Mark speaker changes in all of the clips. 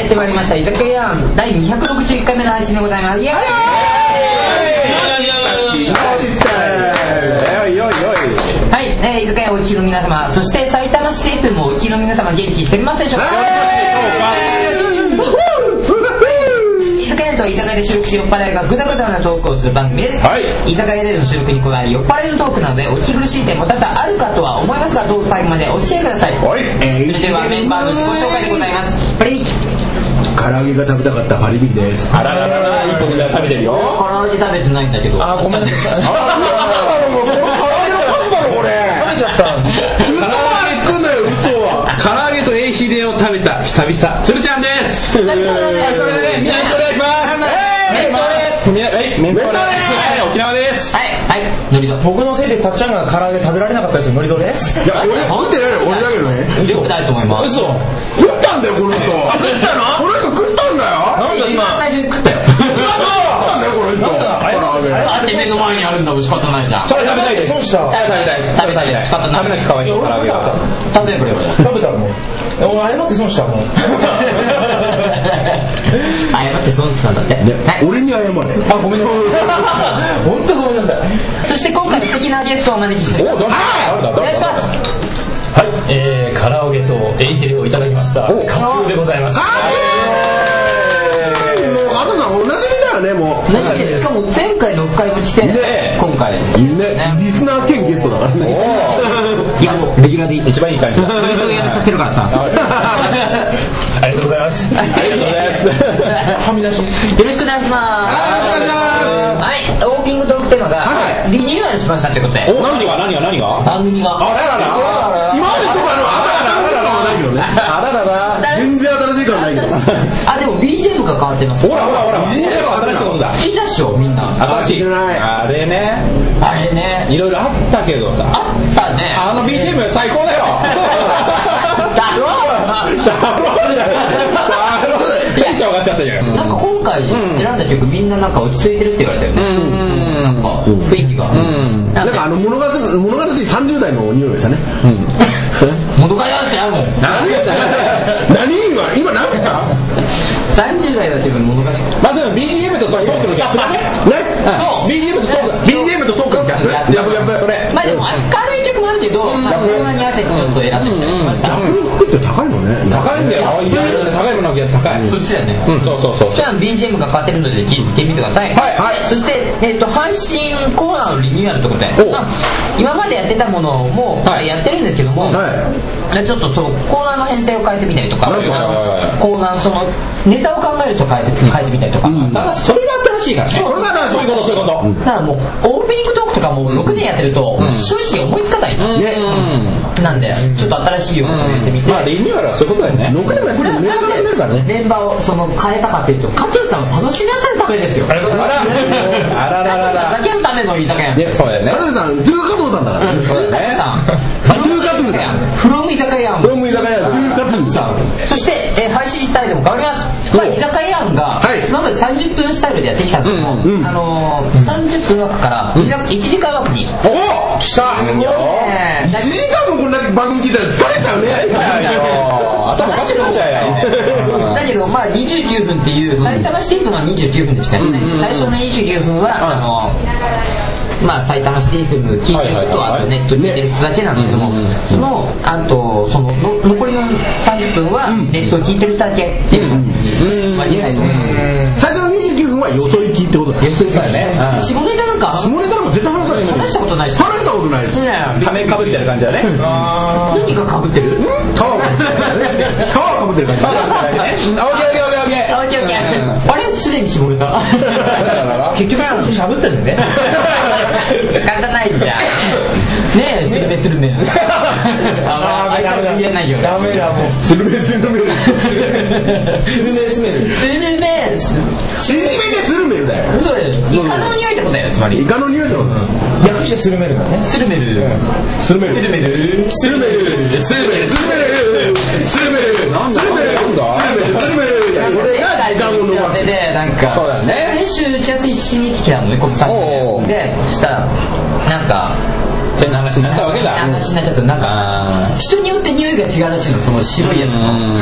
Speaker 1: ってまいりました居酒屋第261回目の配信でございます。イエーイはい、居酒屋お聞きの皆様、そして埼玉市テープもお聞きの皆様、元気してみますでしょうか。居酒屋と居酒屋で収録し酔っ払いがぐだぐだなトークをする番組です、はい、居酒屋での収録に加え酔っ払いのトークなのでお聞き苦しい点も多々あるかとは思いますが、どうぞ最後までお付き合いください。それではメンバーの自己紹介でございます。パリミキ
Speaker 2: 唐揚げが食べたかったパリミキです。
Speaker 3: あらららら、いい子みんな食べてるよ。
Speaker 1: 唐揚げ食べてないんだけど。
Speaker 3: あ、ごめんなさい。唐揚げのパスだろこれ。食べちゃった。嘘はつくんだよ、嘘は。唐揚げとエイヒレを食べた久々、つるちゃんです。それでね、みんなよろしくお願いします。メンソーレ沖縄です。
Speaker 1: はいはい、のりぞ。
Speaker 3: 僕のせいでたっちゃんが唐揚げ食べられなかったですよ、のりぞです。
Speaker 2: いや、俺食ってないよ、俺だけどね。
Speaker 1: よくないと思います。
Speaker 3: 嘘。
Speaker 2: 食ったんだよ、この人。食ったの？この人食ったんだよ。
Speaker 3: なんだ今。
Speaker 1: 最初に食ったよ。
Speaker 2: 食ったんだよ、この人。
Speaker 1: あって目の前にあるんだもん、仕方ないじゃん。
Speaker 3: それ食べたいです。
Speaker 1: 食べたいです。仕方ない。
Speaker 3: 食べなきゃかわいそう、唐揚げは。
Speaker 1: 食べればよ。
Speaker 3: 食べたらもう。お前謝って損したもん。
Speaker 1: 謝って損したんだって。
Speaker 2: 俺に謝れ。
Speaker 3: あ、ごめんなさい。本当ごめんなさい。
Speaker 1: そして今回素敵なゲストをお招きしております。お願いします。
Speaker 4: はい、唐揚げとエイヒレをいただきましたカツオでございます。
Speaker 2: もうあとな、おなじみだよね、もう。
Speaker 1: しかも前回のオフ会も来て、今回
Speaker 2: ね、リスナー兼ゲストだからね。
Speaker 1: いや、レギュラーで
Speaker 3: 一番いい感じだ。
Speaker 1: それとやらさせるからさ。
Speaker 4: ありがとうございます。
Speaker 1: ありがとうございます。
Speaker 3: はみ出し。
Speaker 1: よろしくお願いします。はい、オープニングトークテーマがリニューアルしましたってことで。
Speaker 3: 何が
Speaker 1: 番組が。
Speaker 3: あららら。
Speaker 2: 今までとかないけどね。
Speaker 3: あららら。
Speaker 2: 全然新しいからないけど。
Speaker 1: あ、でも BGM が変わってます。
Speaker 3: ほら。BGM が新しいことだ。
Speaker 1: 聞いたっしょ、みんな。
Speaker 3: 新しい。あれね。いろいろあったけどさ。
Speaker 1: あったね。
Speaker 3: あの BGM 最高だよ。テンション上がっちゃったじゃん。
Speaker 1: なんか今回選んだ曲みんななんか落ち着いてるって言われたよね。なんか雰囲気が。
Speaker 2: なんか物悲しい30代の匂いでしたね。
Speaker 1: 物悲しいあるの。
Speaker 2: 今何ですか
Speaker 1: ？30代だっていう物悲しい。
Speaker 3: まず BGM とトークのギャップだね。
Speaker 1: そう。
Speaker 3: BGM とトークのギャップ。それ。
Speaker 1: まあでも明るい曲もあるけど、こんなに汗ちょっと選んでみたりしました。
Speaker 2: この服って高いのね。
Speaker 3: 高いんだよ。高いものが高い。
Speaker 1: そっちだよね。
Speaker 3: そう。
Speaker 1: じゃあ BGM が変わってるので聞いてみてください。はい。そして配信コーナーのリニューアルということで、今までやってたものもやってるんですけども、ちょっとそのコーナーの編成を変えてみたりとか、コーナーそのネタを考えると変えてみたりとか、だからそれが新しいからね。そういうこと。だからもうオープニングトークとかも6年やってると正直思いつかないなんでちょっと新しい要素を入れてみて。
Speaker 3: まあリニューアルはそういうことだよね。
Speaker 2: 6年前これネタが出るからね。
Speaker 1: メンバーをその変えたかっていうと、加藤さんを楽しませるためですよ。
Speaker 3: あらららら
Speaker 1: だけのための居酒屋。
Speaker 3: そうだよね。
Speaker 2: 加藤さん、加藤さんだからね。
Speaker 1: 加藤さん。フロム居酒屋。
Speaker 2: フロム居酒屋、加藤さん。
Speaker 1: そして配信スタイルも変わります。居酒屋が今まで30分スタイルでやってきたんですけども、30分枠から1時間枠に。
Speaker 2: おっ来た1時間もこんな番組聞いたら疲れちゃうね。
Speaker 3: 頭おかしくなっちゃうよ。
Speaker 1: だけどまあ29分っていう埼玉シティーフは29分でしかやってない。最初の29分はまあ埼玉シティーフ聞いてる人はネットで聞いてる人だけなんですけども、そのあとその残りの30分はネットを聞いてる人だけっていう感じに割り当てて、
Speaker 2: 最初の29分はよそ行きってことだ。
Speaker 1: よそ行きだね。下ネタなんか
Speaker 2: 下ネタなんか絶対話
Speaker 1: したことないし。
Speaker 2: 話したことないし。
Speaker 3: 仮面かぶってる感じだね。
Speaker 1: 何がかぶってる？
Speaker 2: 皮かぶってる感じ。
Speaker 1: オッケー。あれすでに絞れた。
Speaker 3: 結局しゃぶってるね。
Speaker 1: 仕方ないじゃん。ねえ、スルメ。あ言えないよ。ダメだもう。
Speaker 2: スルメ。
Speaker 1: しじめで
Speaker 2: スルメだよ。
Speaker 1: そうだよ。イカの匂いってことだよ、つまり。
Speaker 2: イカの匂いってことだよ。
Speaker 3: 略してスルメルだね。
Speaker 1: スルメル。なんか
Speaker 3: そうだね。
Speaker 1: 先週打ち合わせしに来たのね、この3人で。そしたらなんか
Speaker 3: 変な話になったわけだ。
Speaker 1: 話になっちゃった。なんか人によって匂いが違うらしいの、その白いやつの。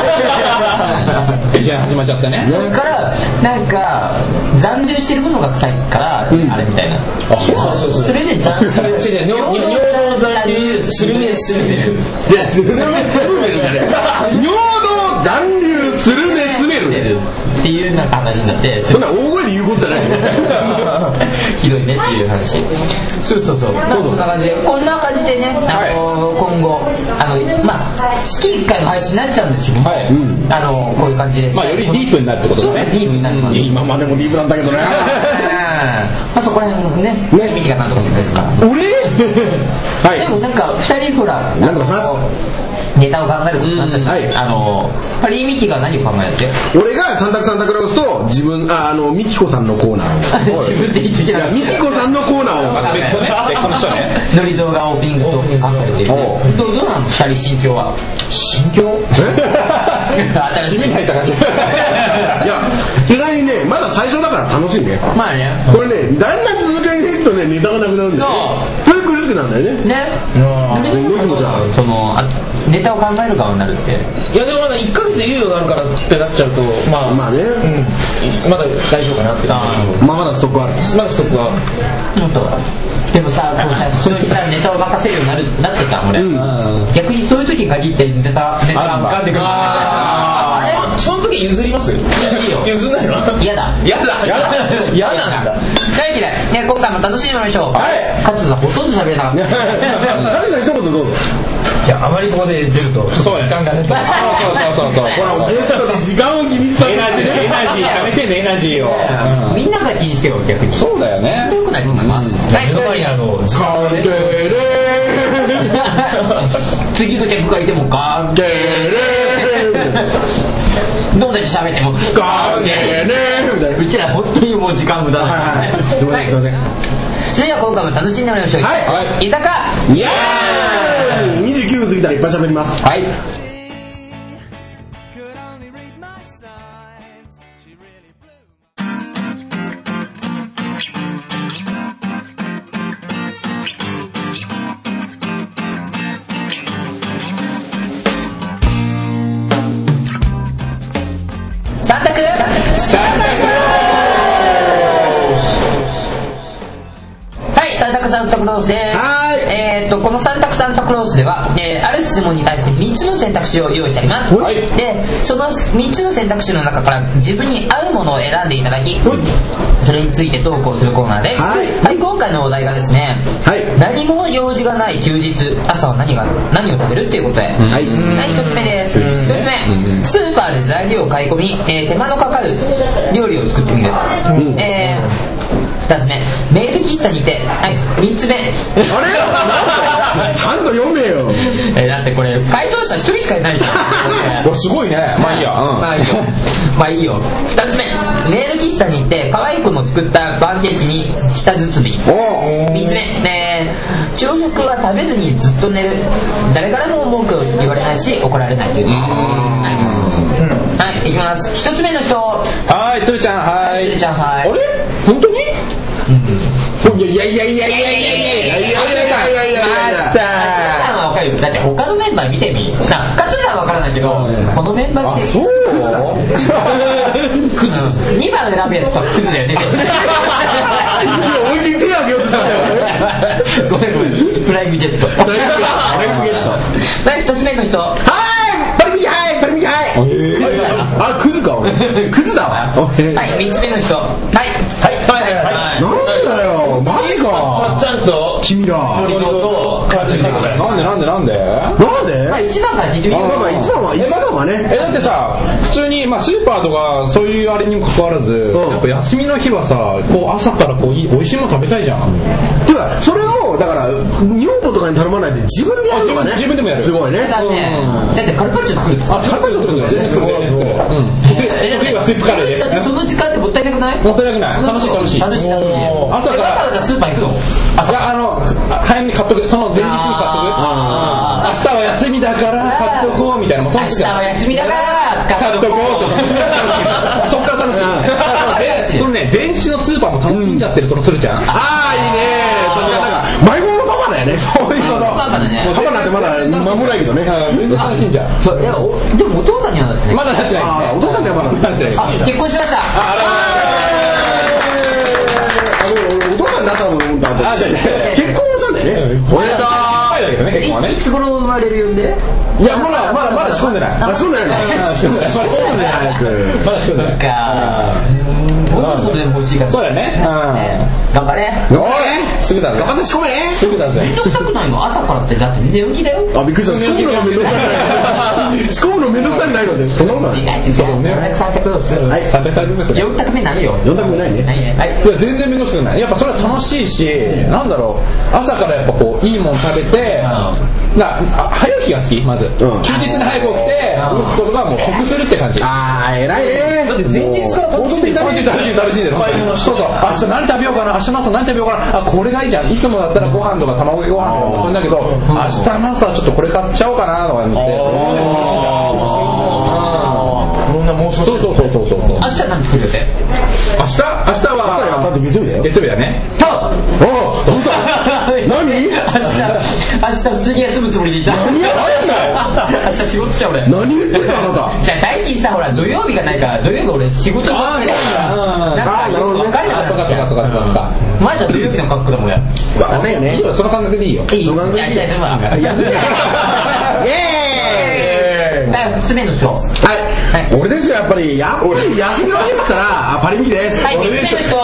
Speaker 3: じゃあ始まっちゃったね。
Speaker 1: それからなんか残留してるものが臭いからあれみたいな。それで残留
Speaker 4: 尿道残留スルメスルメル。
Speaker 2: いやスルメスルメルじゃねえ。尿道残留スルメスメル
Speaker 1: っていうなんか話になって、
Speaker 2: そんな大声で言うことじゃない
Speaker 1: ひどいねっていう話。そうそんな感じで、こんな感じでね、今後月1回の配信になっちゃうんですけども、こういう感じで、
Speaker 3: よりディープになるってことだね。
Speaker 1: ディープになります。
Speaker 2: 今までもディープなんだけどね。
Speaker 1: そこら辺のね、ミキがなんとかしてくれるから。
Speaker 2: 俺？
Speaker 1: でもなんか2人ほら、
Speaker 2: なんとかします。
Speaker 1: ネタを考えることになったし、パリミキが何を考えて？
Speaker 2: 俺がサンタクロースと自分ミキコさんのコーナーを
Speaker 1: 自分で言っちゃいけない。
Speaker 2: ミキコさんのコーナーを
Speaker 3: 別個の人ね。
Speaker 1: ノリゾーがオープニングと考えている。どうなの2人心境は？
Speaker 3: 心境？締めに入った感じ。
Speaker 2: いや意外にねまだ最初だから楽しいね。
Speaker 1: まあね。
Speaker 2: これねだんだん続けていくとねネタがなくなるんだよね。それ苦しくなるんだよね。
Speaker 1: ノリゾーもじゃあそのネタを考える側になるって。
Speaker 4: いやでもまだ1ヶ月で猶予があるからってなっちゃうとまあね、まだ大丈夫かなって。
Speaker 2: まだストックある。
Speaker 4: まだストックは
Speaker 1: でもさ、人にさネタを任せるようになってた俺。逆にそういう時に限ってネタ浮かんでくる。
Speaker 4: その時譲ります？いいよ。譲んないの？嫌だ。嫌なんだ。
Speaker 1: 大嫌い。ね、今回も楽しんでもらいましょう。カツさんほとんど喋れなかった。
Speaker 2: カツさん一言どうぞ。
Speaker 4: いやあまりここで出ると時間がね。そう。
Speaker 2: ほらゲストで時間を気にした
Speaker 3: エナジー貯めてねエナジーを。
Speaker 1: みんなが気にしてよ逆に。
Speaker 3: そうだよね。
Speaker 1: よくないと思います。
Speaker 4: 目の前に時間をね。
Speaker 1: 次の客がいても関係ねえ。どんだけ喋っても関係ねえ。うちら本当にもう時間無駄なんですね。すいません。それでは今回も楽しんでもらいましょう。いたか
Speaker 2: イエーイ。29分過ぎたらいっぱい喋ります。
Speaker 1: はい。サンタクサンタクロースです。このサンタクロースでは、ある質問に対して3つの選択肢を用意してあります。で、その3つの選択肢の中から自分に合うものを選んでいただき、それについて投稿するコーナーです。今回のお題がですね、何も用事がない休日、朝は何を食べるっていうことで、1つ目です。1つ目、スーパーで材料を買い込み、手間のかかる料理を作ってみる。2つ目、メール喫茶にて。3つ目、
Speaker 2: あれちゃんと読めよ。
Speaker 1: だってこれ回答者1人しかいないじゃん。
Speaker 3: すごいね。まあいいや。
Speaker 1: まあいいよ。2つ目、メール喫茶に行って可愛い子の作ったパンケーキに舌包み。3つ目、朝食は食べずにずっと寝る。誰からも文句を言われないし怒られないという。はい、いきます。1つ目の人。
Speaker 3: はい、つるちゃん。はい。
Speaker 1: つるちゃん、はい。
Speaker 3: あれ本当に？
Speaker 2: いや
Speaker 1: だって他のメンバー見てみ。カツさんは分からないけど、このメンバー見てみ。クズ。2番選ぶやつとクズだよね。
Speaker 2: 思いっきり手挙げようとしたんだよ。
Speaker 1: ごめん。フライングジェット。1つ目の人。パリミキハイ。
Speaker 2: クズか。クズだわ。
Speaker 1: 3つ目の人。
Speaker 2: なんでだよ、マジか。
Speaker 4: ちゃんと
Speaker 2: 君ら。
Speaker 3: なんで
Speaker 1: 1番から聞いてみよう。
Speaker 2: 1番はね。
Speaker 3: だってさ、普通にスーパーとかそういうあれにもかかわらず、やっぱ休みの日はさ、こう朝からこう美味しいもの食べたいじゃん。
Speaker 2: てかそれをだから女房とかに頼まないで自分でやるのがね。
Speaker 3: 自分でもやる。
Speaker 2: すごいね。
Speaker 1: だってカルパッチョ作るってさ。
Speaker 3: カルパッチョ作る。全然作る。冬はスープカレーです。
Speaker 1: その時間ってもったいなくない？
Speaker 3: もったいなくない。楽しい。
Speaker 1: 朝からスーパー行くの？
Speaker 3: 早めに買っとく。その前日に買っとく。明日は休みだから買っとこうみたいな。
Speaker 1: 明日は休みだから買っとこう。
Speaker 3: そっから楽しい。そのね、前日のスーパーも楽しんじゃってるその鶴ちゃん。
Speaker 2: いいね。それが迷子のパパだよね。 ってまだ間もないけどね。
Speaker 3: 全然楽しいんじゃん。
Speaker 1: そう、でもお父さんにはなってない。
Speaker 3: まだなってない。
Speaker 2: お父さんにはまだなってない。
Speaker 1: 結婚しました。
Speaker 2: お父さんになったのもんだ。結婚したんだよね。
Speaker 3: おめでとう。
Speaker 1: いつ頃生まれるよんで？
Speaker 3: いや、まだ仕込んでない。
Speaker 2: 仕込んでない。仕込んでない。
Speaker 3: まだ仕込んでない。
Speaker 1: もうそれでも欲しいから。
Speaker 3: そうだね。
Speaker 1: 頑張れ。
Speaker 3: すぐだぜ。
Speaker 2: 頑張って仕込め。
Speaker 3: すぐだぜ。
Speaker 1: めんどくさくないの？朝からってだって寝起きだよ。
Speaker 2: あ、びっくりした。仕込むのがめんどくさい。仕込むのめんどくさいないので。そんなことない。
Speaker 1: 違う。300度する。
Speaker 3: はい。300度です。
Speaker 1: 4択目ないよ。
Speaker 2: 4択目ないね。
Speaker 1: はい。
Speaker 3: いや、全然めんどくさくない。やっぱそれは楽しいし、なんだろう。朝からやっぱこういいもん食べて、早起きが好きまず。休日に早く起きて動くことがもう得するって感じ。
Speaker 2: あー、偉いね。
Speaker 3: だって前日から楽しんでる。買い物そうそう。明日何食べようかな。明日の朝何食べようかな。あ、これがいいじゃん。いつもだったらご飯とか卵かけご飯とかそういうんだけど、明日の朝ちょっとこれ買っちゃおうかなとか思って。楽しいじゃん。
Speaker 4: いろんな妄想してる。
Speaker 3: そう。
Speaker 1: 明日何作るって？
Speaker 3: 明日は
Speaker 2: だって月曜日だよ。
Speaker 3: 月曜日だね。
Speaker 2: おう、嘘。何？
Speaker 1: 明日普通に休むつもりでいた。
Speaker 2: 何やってんだよ。
Speaker 1: 明日仕事しちゃう俺。
Speaker 2: 何言ってんだあなた。
Speaker 1: じゃあ最近さ、ほら土曜日がないから土曜日俺仕事がないからなんかよく分かんなかった。
Speaker 3: そうか。
Speaker 1: 前だ土曜日の格好だもんや。
Speaker 2: わかんないよね。
Speaker 3: その感覚でいいよ。
Speaker 1: いい。じゃあ明日休むわ。
Speaker 2: イエーイ。
Speaker 1: 2つ目の人。
Speaker 2: はい。俺ですよやっぱり休みの日だったらパリミキです。
Speaker 1: はい。3つ目の人。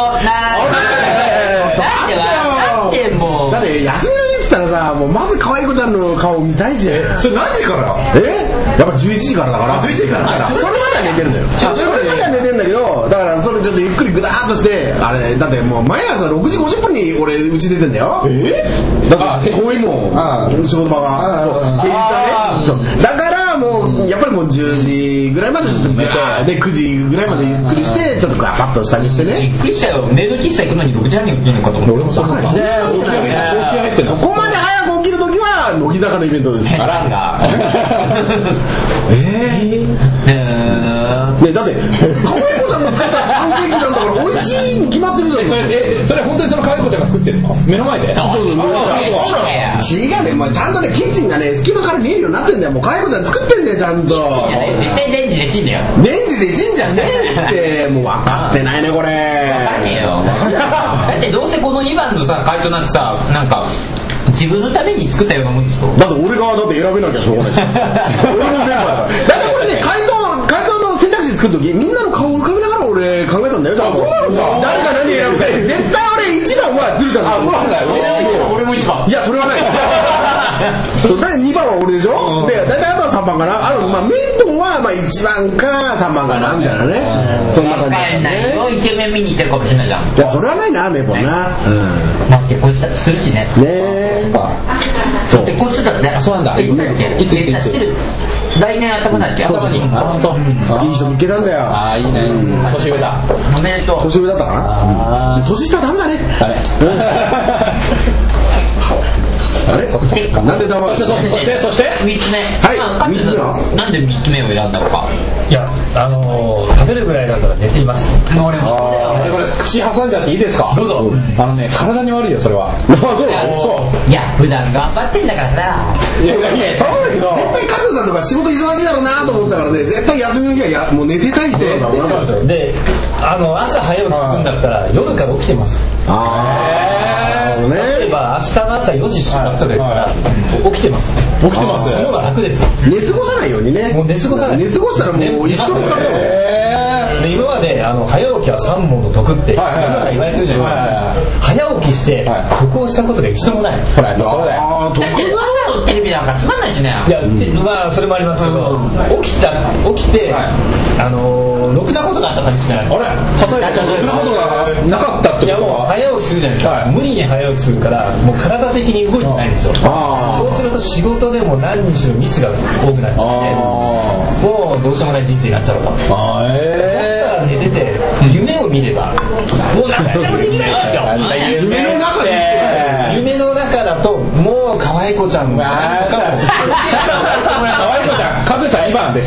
Speaker 1: なんでもう。
Speaker 2: だって休みの日って言ったらさ、もうまず可愛い子ちゃんの顔見たいし。
Speaker 3: それ何時から？
Speaker 2: やっぱ11時からだから。11時からそれまでは寝てるんだよ。それまでは寝てるんだけど、だからそれちょっとゆっくりグダーッとして、あれだってもう毎朝6時50分に俺家出てんだよ。だって公園も仕事場がだからもうやっぱりもう10時ぐらいまでずっと寝て、で9時ぐらいまでゆっくりしてちょっとパッと下にしてね。
Speaker 1: びっくりしたよ。メイド喫茶行くのに6時半に起きるのかと思って。俺もそうですね。
Speaker 2: そこまで早く起きるときは乃木坂のイベントです。
Speaker 1: あらんが。
Speaker 2: ね、だって可愛い子ちゃんの作ったパンケーキなんだから美味しいに決まってるじゃん。
Speaker 3: それ本当にその可愛い子ちゃんが作ってるの？目の前で？
Speaker 2: 違うね、まあちゃんとねキッチンがね隙間から見えるようになってんだよ。もう可愛い子ちゃん作ってんだよちゃんと。
Speaker 1: 絶対レンジでチンだよ。
Speaker 2: レンジでチンじゃねえってもう分かってないねこれ。
Speaker 1: 分かんねえよ。だってどうせこの2番のさ回答なんてさなんか自分のために作ったようなもんでしょ。
Speaker 2: だって俺がだって選べなきゃしょうがない。俺のメンバーだから。だってこれね回答の選択肢作るときみんなの顔を浮かべながら俺考えたんだよ。そうなんだ。誰が何選ぶか絶対俺1番はずるちゃんだ。そうなんだよ。
Speaker 1: 俺も1番。
Speaker 2: いやそれはない。そうだ2番は俺でしょ。で大体あとは3番かな。まあメントンはまあ1番か3番かなみたいなね。そんな感じ
Speaker 1: ね。イケメン見に行ってるかもしれないじゃん。
Speaker 2: いやそれはないなメンポンな。
Speaker 1: まあ結婚するしね。
Speaker 2: ね
Speaker 1: そう結婚するだって。
Speaker 3: そうなんだ。いつ
Speaker 1: 来年頭だっけ？頭に。
Speaker 2: いい人見つけたんだよ。
Speaker 3: ああいいね。年上だ。
Speaker 1: おめでとう。
Speaker 2: 年上だったかな。年下はダメだね。あれ？なんで黙る？
Speaker 3: そして
Speaker 1: 3つ目。
Speaker 2: はい。3つ目
Speaker 1: なんで3つ目を選んだのか。
Speaker 4: いや食べるぐらいだったら寝ています。
Speaker 1: 俺も。
Speaker 3: これ口挟んじゃっていいですか？
Speaker 4: どうぞ。
Speaker 3: 体に悪いよそれは。
Speaker 1: そう。いや普段頑張ってんだからさ。
Speaker 2: いやそうだけど絶対加藤さんとか仕事忙しいだろうなと思ったからね絶対休みの日はもう寝てたい人だろうな。
Speaker 4: で朝早起きするんだったら夜から起きてます。例えば明日の朝4時出発とか言ったら起きてます。その方が楽です。
Speaker 2: 寝過ごさないようにね。
Speaker 4: もう寝過ごさない。
Speaker 2: 寝過ごしたらもう一生かかる。
Speaker 4: 今まで早起きは三問の得って言われてるじゃないですか。早起きして得をしたことが一度もない。
Speaker 3: ほらそうだよ。
Speaker 1: だって朝のテレビなんかつまんないしね。
Speaker 4: いやまあそれもありますけど起きてろくなことがあった感じしない。
Speaker 3: あれ？例えばろくなことがなかったってことは？いや
Speaker 4: もう早起きするじゃないですか。無理に早起きするからもう体的に動いてないんですよ。そうすると仕事でも何にしろミスが多くなっちゃってもうどうしようもない人生になっちゃうと。だったら寝てて夢を見ればもう何でもできないんですよ。夢の中だともう可愛い子ちゃんが可愛い子ちゃん
Speaker 3: カズさん2番です。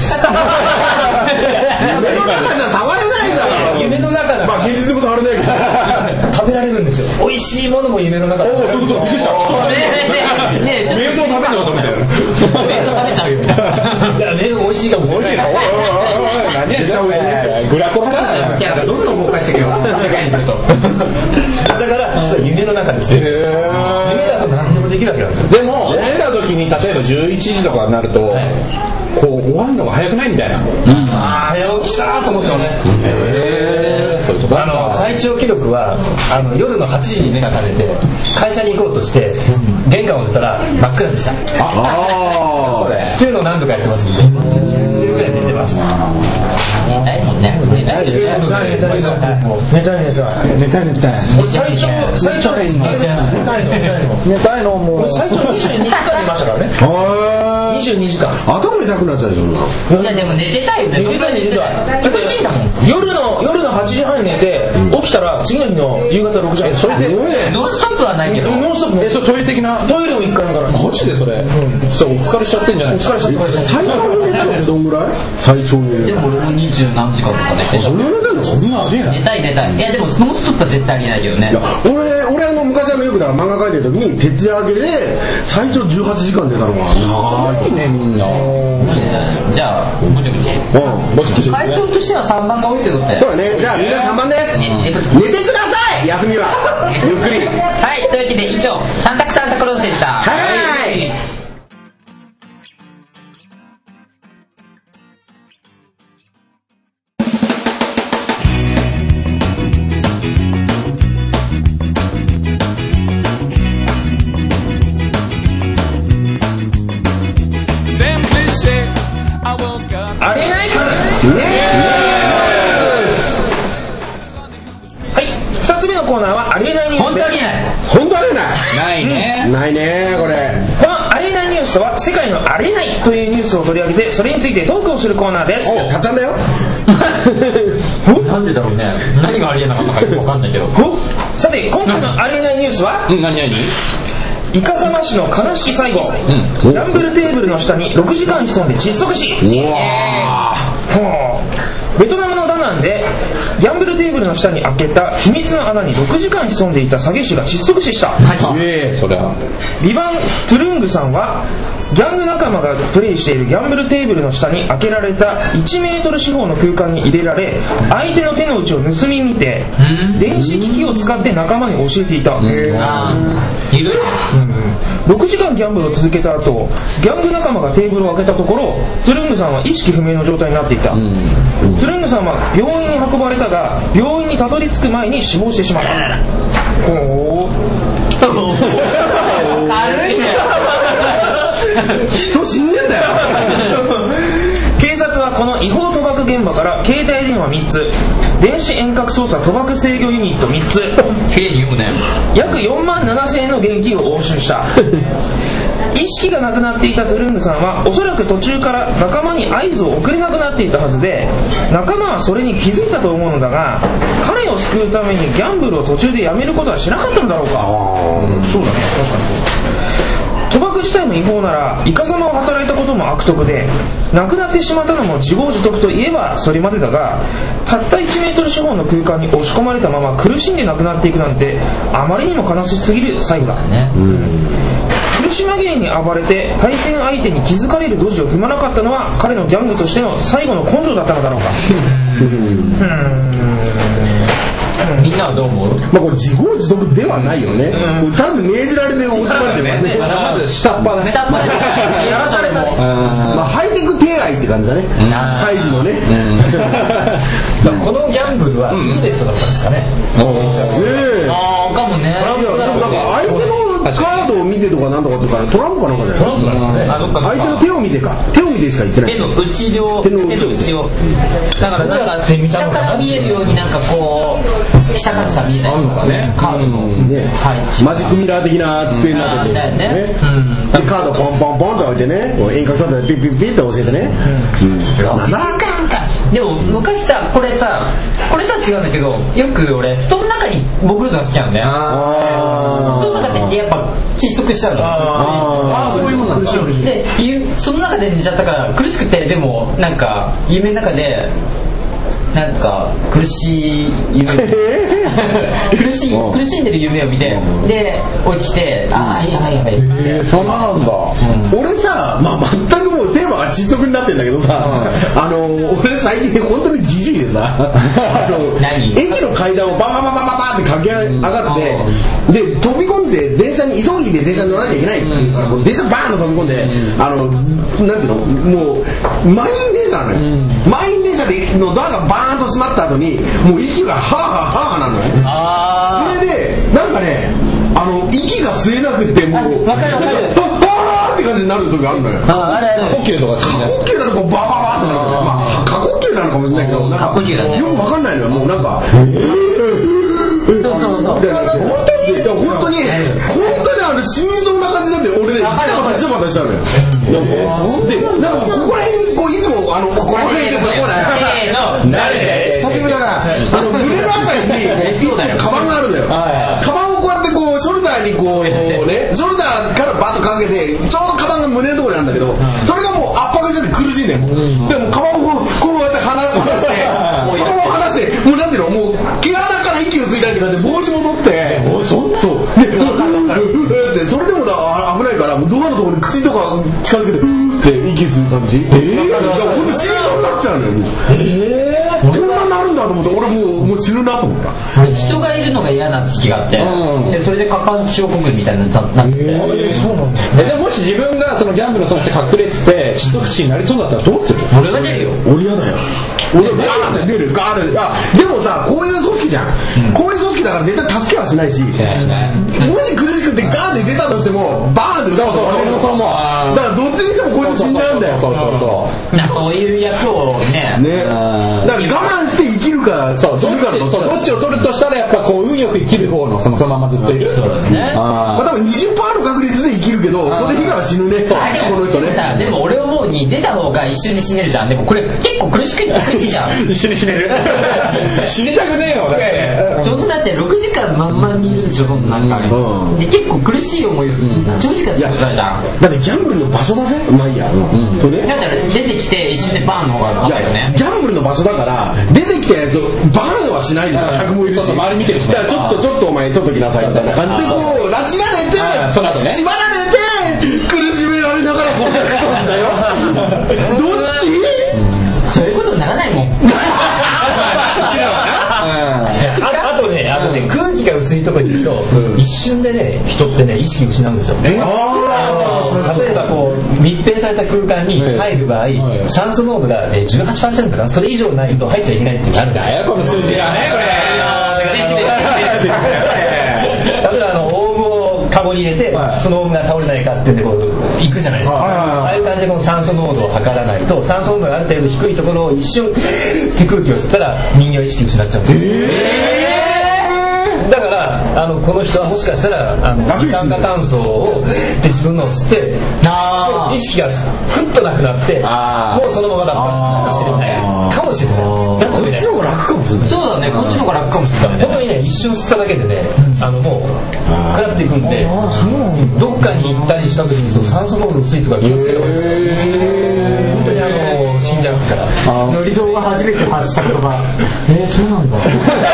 Speaker 2: 夢の中じゃ触れないじゃん。
Speaker 4: 夢の中だ
Speaker 2: まあ現実でも触れないけど
Speaker 4: 食べられるんですよ。美味しいものも夢の中で。
Speaker 3: そうそうそう、びっくりした。
Speaker 1: ねえ、
Speaker 3: メイド食べるのかと思ったよ。
Speaker 1: メイド食べちゃうよみたいな。
Speaker 4: いや、メイド美味しいかもしれない。
Speaker 3: 美味しいな。何やねん。グラコロか。
Speaker 1: キャラがどんどん動かしてくるよ。世界に来ると。
Speaker 4: だからそれ夢の中ですね。夢だと何でもできるわけなんですよ。
Speaker 3: でも寝た時に例えば11時とかになると、こう終わるのが早くないみたいな。
Speaker 4: 早起きしたーと思ってます。最長記録は夜の8時に目が覚めて会社に行こうとして玄関を出たら真っ暗でした。それっていうのを何度かやってますんで、10ぐらい寝てます。
Speaker 1: 寝たい。
Speaker 4: 最長寝たいのもう最長22時間寝ましたからね。22時間。
Speaker 2: 頭痛くなっちゃうよ。
Speaker 1: いやでも寝てたいよね。
Speaker 4: 寝てたい。夜の8時半に寝て起きたら次の日の夕方6時半。それで
Speaker 1: ノンストップはないけど。
Speaker 4: ノンストップ。
Speaker 3: それトイレ的な。
Speaker 4: トイレも1回だから。
Speaker 3: マジでそれ。そうお疲れしちゃってんじゃない。
Speaker 4: お疲れしちゃって。
Speaker 2: 最長の寝たのってどんぐらい？最長の寝た。
Speaker 1: でも俺も20何時間とか寝て。
Speaker 2: そんな寝てんの？そんなありえない。
Speaker 1: 寝たい。いやでもノンストップは絶対ありえないけどね。
Speaker 2: 俺昔よくだから漫画描いてる時に徹夜明けで最長18時間寝たのが長いねみんな。
Speaker 1: じゃあぼちぼち。
Speaker 2: ぼちぼち。
Speaker 1: 会長としては3番が多いってことだよ。
Speaker 2: そうだね。じゃあみんな3番です。寝てください。休みはゆっくり。
Speaker 1: はい、というわけで以上三択クロスでした。
Speaker 2: はい。
Speaker 4: あれない？はい、2つ目のコーナーはありえないニュース。
Speaker 2: 本当ありえないね。ないねこれ。
Speaker 4: このありえないニュースとは世界のありえないというニュースを取り上げてそれについてトークをするコーナーです。
Speaker 2: たっちゃんだよ。
Speaker 1: なんでだろうね。何がありえなかったかよく分かんないけど。
Speaker 4: さて今回のありえないニュースはイカサマ市の悲しき最後、ギャンブルテーブルの下に6時間潜んで窒息死。ベトナムのダナンでギャンブルテーブルの下に開けた秘密の穴に6時間潜んでいた詐欺師が窒息死した。
Speaker 3: そりゃ
Speaker 4: ビバン・トゥルングさんはギャング仲間がプレイしているギャンブルテーブルの下に開けられた1メートル四方の空間に入れられ相手の手の内を盗み見て電子機器を使って仲間に教えていた。6時間ギャンブルを続けた後ギャング仲間がテーブルを開けたところトゥルングさんは意識不明の状態になっていた。トゥルングさんは病院に運ばれたが病院にたどり着く前に死亡してしまった。
Speaker 1: 軽いね。
Speaker 2: 人死んでんだよ。
Speaker 4: 警察はこの違法賭博現場から携帯電話3つ電子遠隔操作賭博制御ユニット3つ約4万7000円の現金を押収した。意識がなくなっていたトゥルングさんはおそらく途中から仲間に合図を送れなくなっていたはずで仲間はそれに気づいたと思うのだが彼を救うためにギャンブルを途中でやめることはしなかったのだろうか。そうだね、確かにそう。賭博自体も違法ならイカサマを働いたことも悪徳で亡くなってしまったのも自業自得といえばそれまでだがたった1メートル四方の空間に押し込まれたまま苦しんで亡くなっていくなんてあまりにも悲しすぎる最後だね。苦し紛れに暴れて対戦相手に気づかれるドジを踏まなかったのは彼のギャングとしての最後の根性だったのだろうか。
Speaker 1: みんなはどう思う？
Speaker 2: これ自業自得ではないよね。多分命じられて押されてるね。
Speaker 3: まず下っ端だね。
Speaker 4: やらされたね。
Speaker 2: ハイテク手合いって感じだね。ハイジのね。
Speaker 4: このギャンブルはルーレットだったんですかね。
Speaker 1: ああかもね。
Speaker 2: 相手のカードを見てとかなんとかってからトランプかなんかじゃない。
Speaker 4: トランプなんですね。
Speaker 2: 相手の手を見てか。手を見てしか言ってない。
Speaker 1: 手の内をだからなんか下から見えるようになんかこう下からしか見えないカードの
Speaker 2: マジックミラー的な机になっててね。でカードポンポンポンと置いてね遠隔操作でピッピッピッって教えてね。
Speaker 1: でも昔さこれとは違うんだけどよく俺布団の中に潜るのが好きなんだよ。布団の中でやっぱ窒息しちゃうの。そういうもんなんだ。でその中で寝ちゃったから苦しくてでもなんか夢の中でなんか苦しい夢苦しんでる夢を見て、で起きて、ああやばいやばい、
Speaker 3: そんななんだ。
Speaker 2: 俺さ、まあ全くもうテーマが窒息になってんだけどさ、俺最近本当にジジイでさ、駅の階段をババババババって駆け上がって、で飛び込んで電車に急いで電車に乗らなきゃいけないっていうからもう電車バーンと飛び込んで、なんていうの、もう満員電車なのよ。満員電車でのドアがバーンと閉まった後にもう息がハーハーなのよ。それでなんかね、息が吸えなくてもう
Speaker 1: わかる
Speaker 2: って感じになる時があるのよ。
Speaker 3: 過呼吸とか
Speaker 2: 過呼吸だとこうバババってなるんですよ。まあ過呼吸なのかもしれないけど、なんかよくわかんないのよ。もうなんか本当に死にそうな感じなんで、俺ね、一バタしたのよ。で、なんかここら辺にこういつもここら辺で久しぶりだな、胸のあたりにいつもカバンがあるんだよ。カバンをこうやってこうショルダーにこうね、ショルダーからバッとかけて、ちょうどカバンが胸のところにあるんだけど、それがもう圧迫してて苦しいんだよ。でもカバンをこうやって離して、カバンを離して、もうなんていうの、もう毛穴から息をついたりって感じで帽子も取って、そうでそれでも危ないからドアのところに口とか近づけてって息する感じ。ほんと死にそうになっちゃうのよ。こんなになるんだと思って、俺もう死ぬなと思った。
Speaker 1: 人がいるのが嫌な時期があって、でそれで過換気症候群みたいなのになってて、
Speaker 3: そうなんだ。でももし自分がそのギャンブルのその人隠れてて窒息死になりそうだったらどうする？
Speaker 1: 俺が出るよ。
Speaker 2: 俺嫌だよ。俺ガーって出る。ガーって。でもさ、こういう組織じゃん。こういう組織だから絶対助けはしないし。もし苦しくてガーって出たとしてもバーンって歌うと
Speaker 3: そう思う。
Speaker 2: だからどっちにしてもこいつ死んじゃうんだよ。
Speaker 1: そういう役をね。
Speaker 2: だから我慢して生きるか、
Speaker 3: どっちを取るとしたらやっぱこう運よく生きる方のそのままずっといる。
Speaker 2: まあ多分 20% の確率で生きるけど、それ以外は死ぬね。この人ね。
Speaker 1: でも俺思うに出た方が一緒に死ねるじゃん。でもこれ結構苦しくて苦しいじゃん。
Speaker 3: 一緒に死ねる。死にたくねえよ。だって
Speaker 1: そんなだって6時間まんまにいるでしょ、そんな中で結構苦しい思いをする。長時間するからじゃん。
Speaker 2: だってギャンブルの場所だぜ。まあいいや。それ
Speaker 1: だから出てきて一瞬でバーンの方が分かるよね。
Speaker 2: ギャンブルの場所だから出てきたやつをバーンはしないでしょ。客もいるし。
Speaker 3: 周り見てるし。
Speaker 2: だからちょっとお前ちょっと来なさいみたいな感じでこう拉致られて、縛られて苦しめられながらこうやるんだよ。どっち？
Speaker 1: そういうことにならないもん。
Speaker 4: あとね、空気が薄いところにいると一瞬でね、人ってね意識失うんですよ。例えばこう密閉された空間に入る場合、酸素濃度が 18% かな、それ以上ないと入っちゃいけないっていうのがあるんだよ。この数字がね、これ。例えばオウムをカゴに入れて、そのオウムが倒れないかってんでこう行くじゃないですか。ああいう感じでこの酸素濃度を測らないと、酸素濃度がある程度低いところを一瞬手空気を吸ったら人間は意識失っちゃうんですよ。だからこの人はもしかしたら二酸化炭素をで自分のを吸って意識がふっとなくなってもうそのままだったかもしれないかもしれない。
Speaker 2: こっちの方が楽かもしれない。
Speaker 1: そうだね、こっちの方が楽かもしれない。
Speaker 4: 本当にね、一瞬吸っただけでね、もう食らっていくんで、どっかに行ったりした時に酸素濃度薄いとか気をつけた方がいいですよ。本当に死んじゃいますから。
Speaker 1: ノリドが初めて発した言葉、そうなんだ。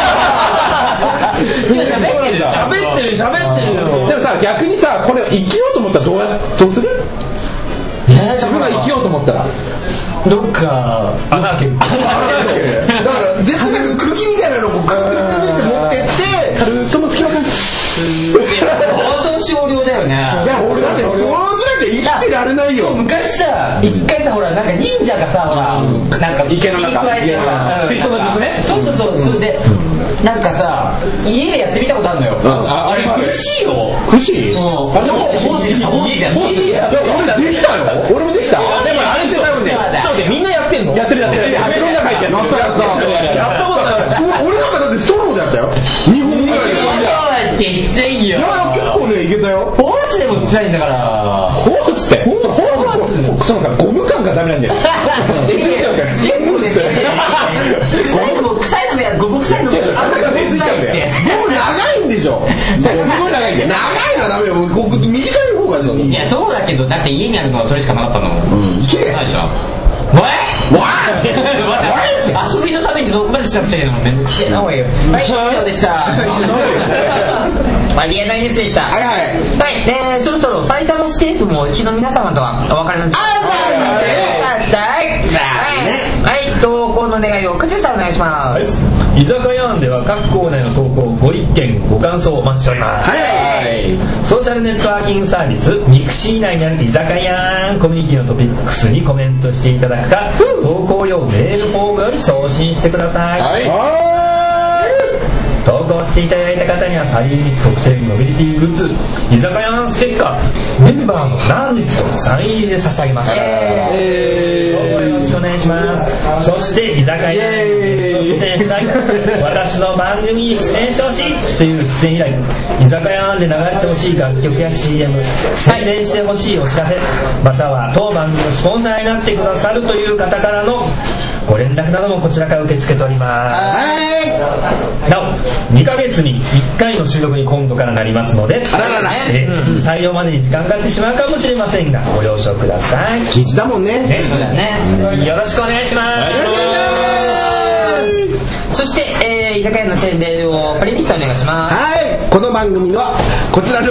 Speaker 3: 喋ってるよ。でもさ、逆にさ、これ生きようと思ったらどうする？自分が生きようと思ったら
Speaker 1: どっか穴開ける。だ
Speaker 2: から絶対なんか釘みたいなのをこうカクカクって持ってってその隙間から
Speaker 1: 相当少量だよね。
Speaker 2: いや俺だってそうしなきゃ生きてられないよ。
Speaker 1: 昔さ、一回さ、ほらなんか忍者がさ、ほらなんか
Speaker 3: 池の中
Speaker 1: 水筒の術ね。そうそれでなんかさ、家でやってみたことあるのよ。あれ苦しいよ。
Speaker 3: 苦しい？
Speaker 1: でも俺
Speaker 2: できたよ。
Speaker 3: 俺もできた。でもあれって多分ね、そうでみんなやってんの？やってる。袋の中入ってんの？やったことない。
Speaker 2: 俺なんかだってソロでやったよ。2本ぐらいで。
Speaker 1: きついよ。
Speaker 2: いや結構ねいけたよ。
Speaker 1: ホースでも辛いんだから。
Speaker 3: ホースって？ホースそのゴム感がダメなんだよ。
Speaker 1: 結構ね。臭いのやゴム臭いのあんたが別にゴ
Speaker 2: ム長いんでしょ。
Speaker 3: すごい長いんだよ。
Speaker 2: 長いのはダメよ。短い方がいい。
Speaker 1: いやそうだけどだって家にあるのはそれしかなかったの。
Speaker 2: 綺麗
Speaker 1: ないでしょ。 遊びのためにそこまでしなくちゃいけないのめんどくせえなおい。はい、以上でした。ありえないニュースでした。はい、そろそろ埼玉市政府もうちの皆様とはお別れの時間。はい、投稿の願いをくじゅさんお願いします。
Speaker 4: 居酒屋案では各コーナーの投稿ご意見ご感想をお待ちしております。ソーシャルネットワーキングサービスミクシー内にある居酒屋コミュニティのトピックスにコメントしていただくか、投稿用メールフォームより送信してください。投稿していただいた方にはパリミック特製ノベルティグッズ居酒屋ステッカーメンバーのなんとサイン入りで差し上げます。どうぞよろしくお願いします。そして居酒屋に出演したい私の番組に出演してほしいという出演依頼、居酒屋で流してほしい楽曲や CM、 宣伝してほしいお知らせ、または当番組のスポンサーになってくださるという方からのご連絡などもこちらから受け付けております。なお2ヶ月に1回の収録に今度からなりますので、採用までに時間かかってしまうかもしれませんがご了承ください。
Speaker 2: 月1だもんね。
Speaker 1: そうだね。
Speaker 4: よろしくお願いします。
Speaker 1: そして、居酒屋の宣伝をパリミスさんお願いします。
Speaker 2: この番組はこちらの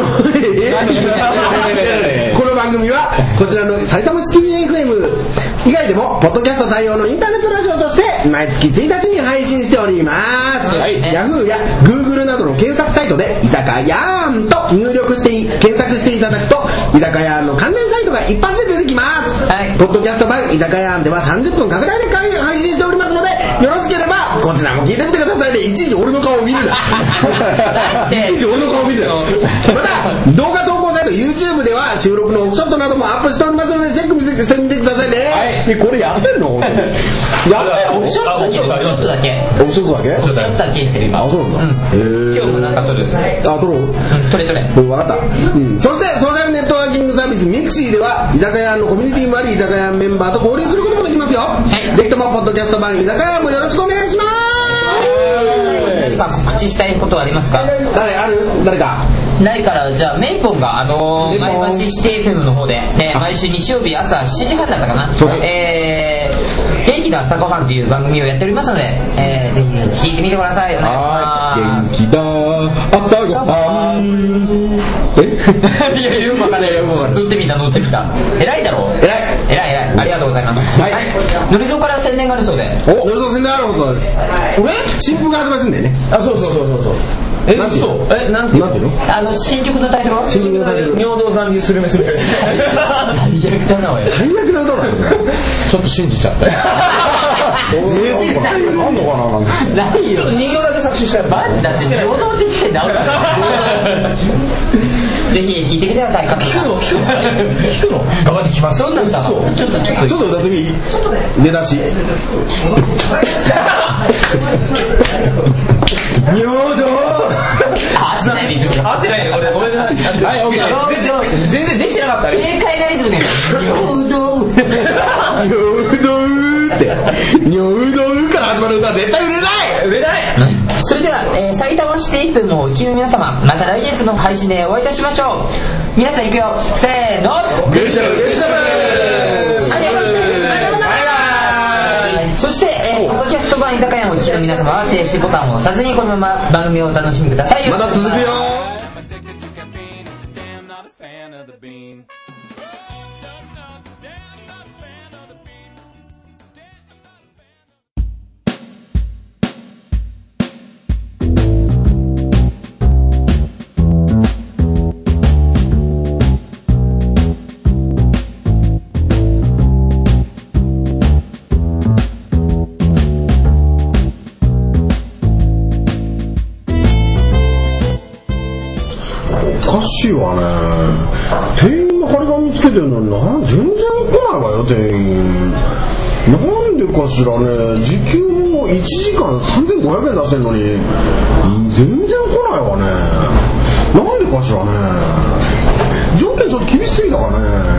Speaker 2: この番組はこちらの埼玉シティ FM 以外でもポッドキャスト対応のインターネットラジオとして毎月1日に配信しております。Yahoo や Google などの検索サイトで居酒屋んと入力して検索していただくと居酒屋の関連サイトが一発で出てきます。ポッドキャスト版居酒屋んでは30分拡大で配信しておりますので、よろしければこちらも聞いてみてくださいね。いちいち俺の顔を見るな。いちいち俺の顔を見るな。また動画投稿サイト YouTube では収録のオフショットなどもアップしておりますのでチェックしてみてくださいね。これやってるの？
Speaker 1: オフショットだけ。
Speaker 2: オフショットだけ？
Speaker 1: オフショットだけしてる今。
Speaker 2: そうなんだ。
Speaker 1: 今日もなんか撮る。
Speaker 2: 撮ろう。
Speaker 1: 撮れ。
Speaker 2: 分かった。そしてソーシャルネットワーキングサービスミクシーでは居酒屋のコミュニティもあり、居酒屋メンバーと交流することもできますよ。ぜひともポッドキャスト版居酒屋もよろしくお願いします。
Speaker 1: 最後に何か告知したいことはありますか？
Speaker 2: 誰か
Speaker 1: ないから、じゃあメイポンが前橋シティ FM の方で、毎週日曜日朝7時半だったかな、元気な朝ごはんという番組をやっておりますので、ぜひ聞いてみてください。お願いします。
Speaker 2: 元気だ朝ごはん。
Speaker 1: いやよくわかんないよ。乗ってみた偉いだろ。偉いありがとうございます。のりぞから宣伝があるそうで。
Speaker 2: のりぞ宣伝あることです。新譜が発売するんだよね。そうなんていう
Speaker 1: の？新曲のタイトルは？
Speaker 4: 新曲のタイトル明道残留するめする。
Speaker 2: 最悪な歌だよ。
Speaker 3: ちょっと信じちゃった。
Speaker 2: なんのかな。
Speaker 1: ないよ。
Speaker 4: 2行だけ作詞した
Speaker 1: マジだって平等的してんだ。ぜひ聴いてみてください。
Speaker 4: 聞くの頑張ってきます。
Speaker 1: どんな歌？ちょっと
Speaker 2: 歌ってみ。出だし。
Speaker 4: 明道。
Speaker 1: 合ってないリズム。
Speaker 4: 合ってないよ。俺ごめんなさい。はい、オッケー。全然できてなかった。
Speaker 1: 正解なリズムね。明道
Speaker 2: って明道から始まる歌は絶対売れない。
Speaker 1: それでは、埼玉シティ FM をお聞きの皆様、また来月の配信でお会いいたしましょう。皆さん行くよ。せーの。
Speaker 2: グッチョブ。
Speaker 1: そして、ポッドキャスト版居酒屋をお聞きの皆様は停止ボタンを押さずにこのまま番組をお楽しみください。
Speaker 2: まだ続くよ。おかしいわね。店員の張り紙つけてるのに全然来ないわよ。店員なんでかしらね。時給も1時間3500円出してんのに全然来ないわね。なんでかしらね。条件ちょっと厳しすぎたかね。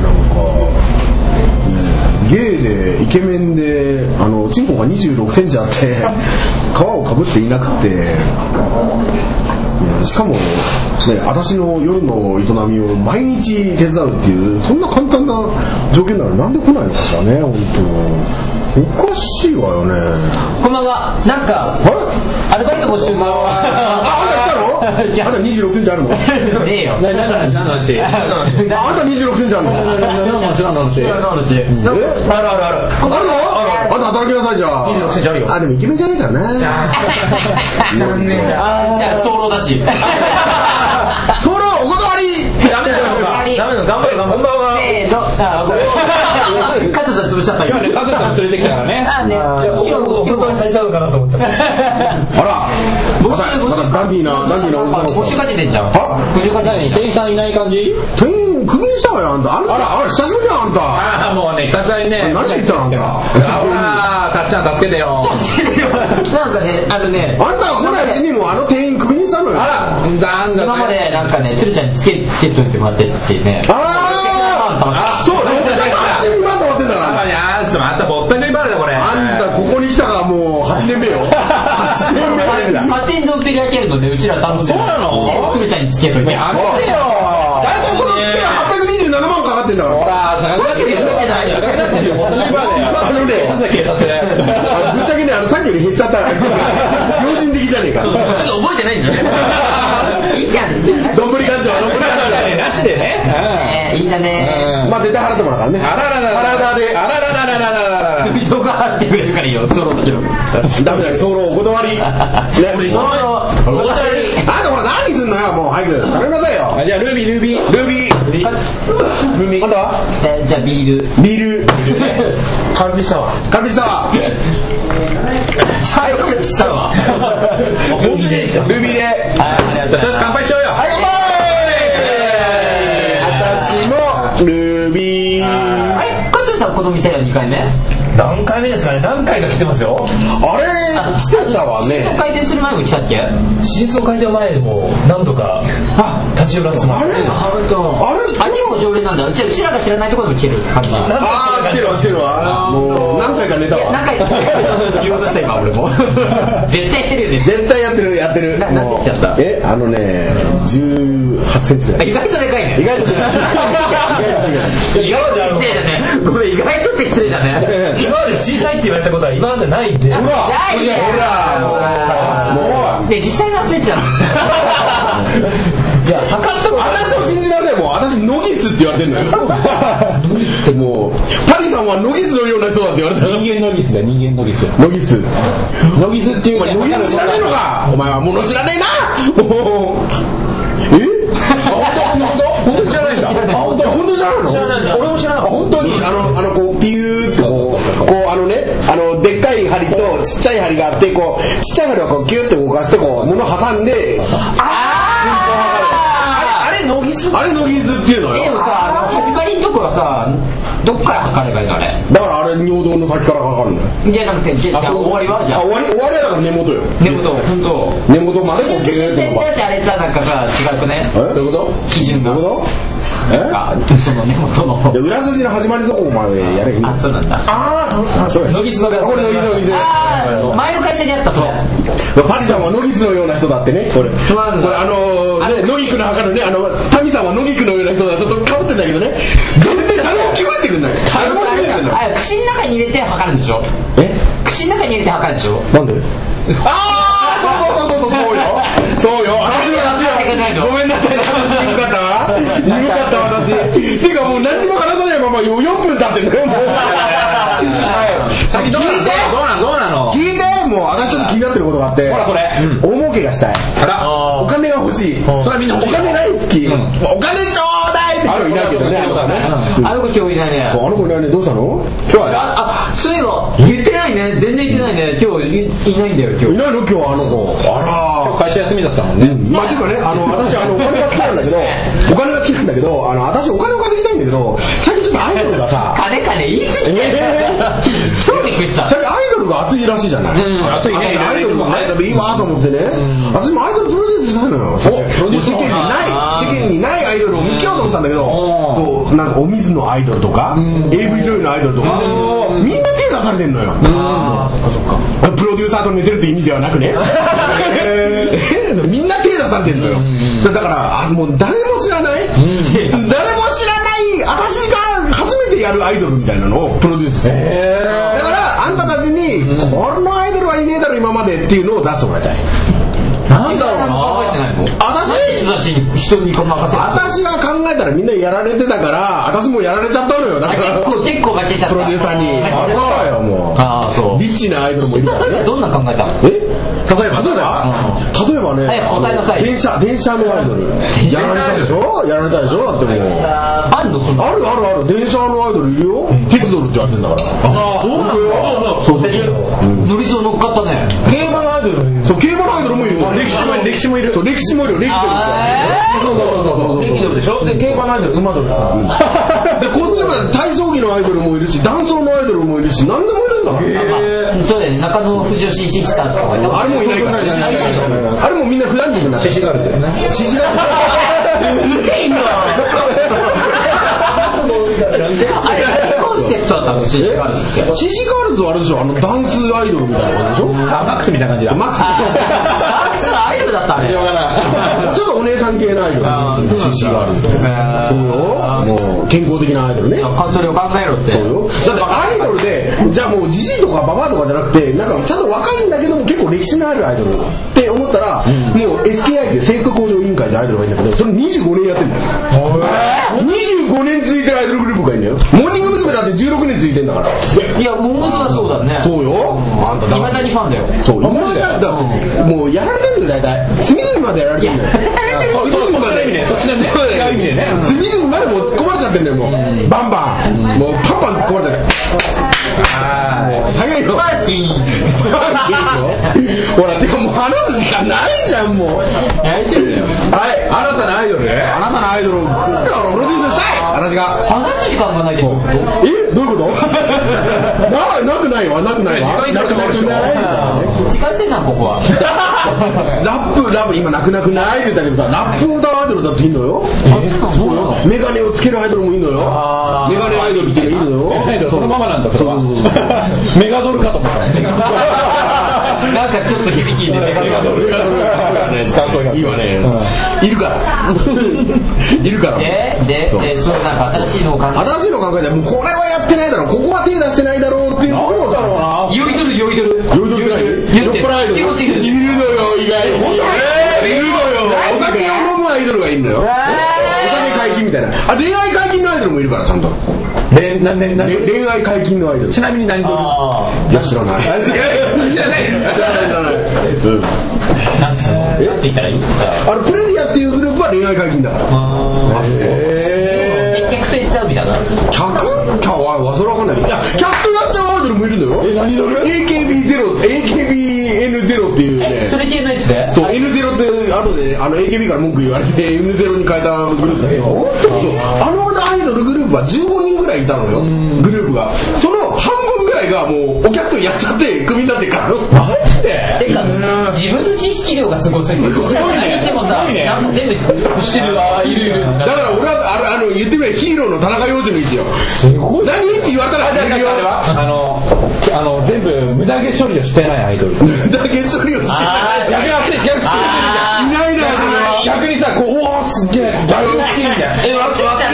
Speaker 2: ゲイでイケメンでチンコが26センチあって皮をかぶっていなくてしかも、ね、私の夜の営みを毎日手伝うっていうそんな簡単な条件なのになんで来ないのかしらね。本当おかしいわよね。
Speaker 1: こんばんは。なんかアルバイト募集の
Speaker 2: あんた来たの？あんた26センチあるの？
Speaker 1: ねえよ。
Speaker 3: 何の話？
Speaker 2: あんた26センチあるの？
Speaker 3: 何の話？
Speaker 1: あるある。
Speaker 2: あるの？あんた働きなさいじゃあ。
Speaker 1: 26センチあるよ。
Speaker 2: あ、でもイケメンじゃねえからな。
Speaker 1: 残念だ。早漏だし。
Speaker 2: 早漏お断り。
Speaker 3: ダメだよ。頑張れ。こんばんは。
Speaker 1: せーの。加藤さん潰しちゃったよ。
Speaker 3: 加藤さん連れてきたからね。
Speaker 4: 今日お断りされちゃうのかなと思っちゃった。
Speaker 2: あら。またダンディーなおじさん。
Speaker 1: 募集かけてんじゃん。募集かけてんじゃん。
Speaker 3: 店員さんいない感じ？
Speaker 2: 店員クビにしたわよあんた。あら久しぶりだあんた。
Speaker 3: もうね久々にね。
Speaker 2: 何しに来たのあんた。
Speaker 3: たっちゃん助けてよ。
Speaker 1: なんかね
Speaker 2: あんたが来ないうちにもあの店員クビにしたのよ。
Speaker 3: あら。
Speaker 1: 今までなんかね鶴ちゃんにつけといてもらってってね。
Speaker 2: そうね。走り回ってもらってんだから。
Speaker 3: あんたぼったくりバーだこれ。
Speaker 2: あんたここに来たからもう8年目よ。8年目だ。
Speaker 1: 勝手にドンペリ開けるのでうちら頼んでる。
Speaker 3: そうなの？
Speaker 1: 鶴ちゃんにつけといて。
Speaker 3: やめてよ。
Speaker 2: だいたいそのつけが827万かかってんだから。
Speaker 3: ほら、さっきより減ったじゃないよ。警察で。
Speaker 2: ぶっちゃけねさっきより減っちゃった。良心的じゃねえか。
Speaker 1: ちょっと覚えてないんじゃない？いいじゃん。
Speaker 2: どんぶり勘定な
Speaker 3: しでね。
Speaker 1: いいんじゃね。
Speaker 2: まあ絶対払ってもらうからね。
Speaker 3: あらららららで。あららららららら。
Speaker 1: 人が払ってくれるからいいよ。ソロだけど。
Speaker 2: ダメだよ。ソロお断り。ね。
Speaker 1: ソロお断り。
Speaker 2: あんたほら何すんのよもう早く頼みなさいよ。
Speaker 3: じゃあルービー。
Speaker 2: あんたは？
Speaker 1: じゃあビール。
Speaker 3: カルビサワー。
Speaker 2: カルビサワー。
Speaker 1: はいカルビサワー。
Speaker 2: ルービーで。
Speaker 1: はいありがとうございます。
Speaker 3: 乾杯しようよ。
Speaker 2: はい乾杯。私もルービー。
Speaker 1: あれ加藤さんこの店は2回目？
Speaker 4: 何回目ですかね。何回か来てますよ。
Speaker 2: あれ来てたわね。
Speaker 1: 開店する前も来たっけ？
Speaker 4: 新装開店前でも何度か立ち寄らせてもらって。
Speaker 1: あ結構常連なんだ。うちらが知らないところでも来てる感じ。
Speaker 2: 来てるわ。もう何回か寝たわ。
Speaker 1: 何回か言おうとした今俺も。絶対やってるよね。
Speaker 2: 絶対やってる。
Speaker 1: 何て言っちゃった？
Speaker 2: 18センチぐらい。
Speaker 1: 意外とでかいね。
Speaker 2: 意外と失
Speaker 1: 礼だね。ごめん意外とって失礼だね。
Speaker 4: 今まで小さいって言われたことは今までないんで。
Speaker 2: ほらもう
Speaker 1: で実際何センチなの？
Speaker 4: いや測ったこと
Speaker 2: 私を信じなさい。もう私ノギスって言われてんのよ。ノギスってもうパリさんはノギスのような人だって言われた。
Speaker 3: 人間ノギスだよ。ノギスっていうか
Speaker 2: ノギス知らねえのか。お前は物知らねえな。本当知らないんだ。本当知らないの？
Speaker 4: 俺も知らなかった。
Speaker 2: 本当にこうピューってこうでっかい針とちっちゃい針があってこうちっちゃい針をこうギュッて動かしてこう物挟んであれノギスっていうのよ。
Speaker 1: でもさ始まりのとこはさどっから測ればいいのあれ？
Speaker 2: だからあれ尿道の先からかかるのよ。
Speaker 1: じゃなくて終わりはじゃあ
Speaker 2: 終わりはだから根元よ。
Speaker 1: 根元本当。
Speaker 2: 根元までこうギューッて伸ばす。
Speaker 1: あれさなんかさ違くね？
Speaker 2: どういうこと？
Speaker 1: 基準が。
Speaker 2: どういうこと？
Speaker 1: その根元の
Speaker 2: 裏筋の始まりのとこまでやれへん。
Speaker 1: あそうなんだ。
Speaker 2: そうや。
Speaker 4: ノギスのガス。
Speaker 2: これノギス。
Speaker 1: 前の会社にあったそれ。
Speaker 2: パリさんはノギスのような人だってね。これノギクの測るねタミさんはノギクのような人だ。ちょっと被ってんだけどね。全然誰も聞こえてくんない。誰も聞こえてくんない。
Speaker 1: 口の中に入れて測るんでしょ？口の中に入れて測るんでしょ？
Speaker 2: なんで？そうよ。ごめんなさい。話鈍かったわ私。ていうかもう何も話さないまま4分経ってるのよ。
Speaker 3: 先どうなの？
Speaker 2: 聞いて。もう私ちょっと気になってることがあって。
Speaker 3: ほらこれ。
Speaker 2: 大儲けがしたい。お金が欲しい。
Speaker 3: それはみんな欲しい。
Speaker 2: お金大好き。お金ちょうだいって人いないけどね。
Speaker 1: あの子今日いないね。
Speaker 2: あの子いないね。どうしたの？今日は
Speaker 1: そういえば言ってないね。全然言ってないね。今日いないんだよ今日。
Speaker 2: いないの今日はあの子。あら。
Speaker 3: 会社休みだったもんね。
Speaker 2: まあていうかね私お金が好きなんだけど私お金を稼ぎたいんだけど最近ちょっとアイドルがさ
Speaker 1: 金言い過ぎ超びっくりした。
Speaker 2: 最近アイドルが熱いらしいじゃない。
Speaker 3: 熱いね。
Speaker 2: アイドルがいいわと思ってね。私もアイドルプロデュースしたいのよ。世間にない間にないアイドルを見つけようと思ったんだけど、なんかお水のアイドルとか AV 女優のアイドルとかみんな手出されてんのよ。プロデューサーと寝てるって意味ではなくねみんな手出されてんのよ。だからもう誰も知らない私が初めてやるアイドルみたいなのをプロデュースする。だからあんたたちにこのアイドルはいねえだろ今までっていうのを出してもらいたい。
Speaker 1: なんだろうな。人に任せる。
Speaker 2: 私が考えたらみんなやられてたから私もやられちゃったのよ。なんか
Speaker 1: 結構負けちゃった。
Speaker 2: プロデューサーに。そうよもう。
Speaker 1: そう。
Speaker 2: リッチなアイドルもいるからね。
Speaker 1: どんな考えたの？
Speaker 2: 例えばね。
Speaker 1: 早く答えなさい。
Speaker 2: 電車のアイドル。やられたでしょ？だってもう。
Speaker 1: あんのそんな。
Speaker 2: ある。電車のアイドルいるよ。鉄道って言われてんだから。そう。
Speaker 1: 乗りそう乗っかったね。
Speaker 4: 競馬のアイドル。
Speaker 2: そう競馬のアイドルもいる。
Speaker 3: 歴史もいる。
Speaker 2: そう歴史もいる。歴
Speaker 4: ドルでしょ。で競馬のアイドル馬ドルさ。
Speaker 2: でこっちは体操着のアイドルもいるし、ダンスのアイドルもいるし、何でもいるんだから。
Speaker 1: そうだよね。中野富士吉シスターズとか
Speaker 2: あれもいないから。あれもみんな普段着になってる。
Speaker 3: シシガールだよね。
Speaker 2: シシガール。いいんだ。
Speaker 1: コンセプトは多分シシガールズ。
Speaker 2: シシガールズはあれでしょ。ダンスアイドルみたいな感じでしょ。
Speaker 3: マックスみたいな感じだ。
Speaker 2: マックス
Speaker 1: アイドルだったね。
Speaker 2: ちょっとお姉さん系のアイドル。シシガールズって。そうよ。もう健康的なアイドルね。
Speaker 1: それを考えろって。
Speaker 2: そうよ。だってアイドルでじゃあもうジジイとかババアとかじゃなくてなんかちゃんと若いんだけども結構歴史のあるアイドルって思ったら、もう SKI って制服向上委員会でアイドルがいるんだけどそれ25年やってんだよ。25年続いてるアイドルグループがいるんだよ。モーニング娘。だって16年続いてんだから。
Speaker 1: いやモー娘はそうだね。
Speaker 2: そうよ。あんた
Speaker 1: 未だにファンだよ。
Speaker 2: そう今だもうやられてるんだよ大体。隅々までやられてるんだよ。隅々まで。そっちなんだよ。違う意味でね。隅々までもう突っ込まれちゃってんだよもう。バンバン。もうパンパン突っ込まれちゃって。早いよ。パーティー。ほらてかもう話す時間ないじゃんもう。
Speaker 3: はい。新たなアイドル。
Speaker 2: 新たなアイドルをプロデュースしたい。私が
Speaker 1: 話す時間がないってこと？
Speaker 2: どういうこと？なくないわ。なくないわ。
Speaker 1: 時間制なここは。
Speaker 2: ラップ今なくないって言ったけどさラップ歌アイドルだっていいのよ。そうよ。メガネをつけるアイドルもいいのよ。メガネアイドルっていうのいいのよ。
Speaker 3: そのままなんだそれは。メガドルかと思った。
Speaker 1: なんかちょっと響きでメガドル。
Speaker 2: いいわね。いるから。
Speaker 1: でそうなんか新しいのを考
Speaker 2: えてもうこれはやってないだろうここは手出してないだろうっていうのを
Speaker 1: 酔いどる
Speaker 2: 酔っ払いいるのよ意外にいるのよ。お酒を飲むアイドルがいるのよ。お酒解禁みたいな。恋愛解禁のアイドルもいるからちゃんと。恋愛解禁のアイドル。
Speaker 3: ちなみに何ドル？
Speaker 2: いや知らない。知らない。
Speaker 1: なんて言ったらいい？
Speaker 2: プレディアっていうグループは恋愛解禁だから。
Speaker 1: 客と言っちゃうみたいな。
Speaker 2: 客はそれわかんないけど。いや客とやっちゃうアイドルもいるのよ。何ドル？ AKBN0 っていうね。
Speaker 1: それ系のやつで？
Speaker 2: そう N0 って後でAKB から文句言われて N0 に変えたグループだけど。アイドルグループは15人ぐらいいたのよ。グループがその半分ぐらいがもうお客とやっちゃってクビになってるから。マジで？
Speaker 1: てか自分の知識量がすごすぎる。すごいね。でもさ全部知ってるわいる。
Speaker 2: だから俺は言ってみればヒーローの田中洋次の位置よ。すごい。何って言われたら
Speaker 3: 全部無駄毛処理をしてないアイドル。
Speaker 2: 無駄毛処理をしてない。いないな
Speaker 3: 逆にさこうおおすげえ逆に好きみたいな。脇毛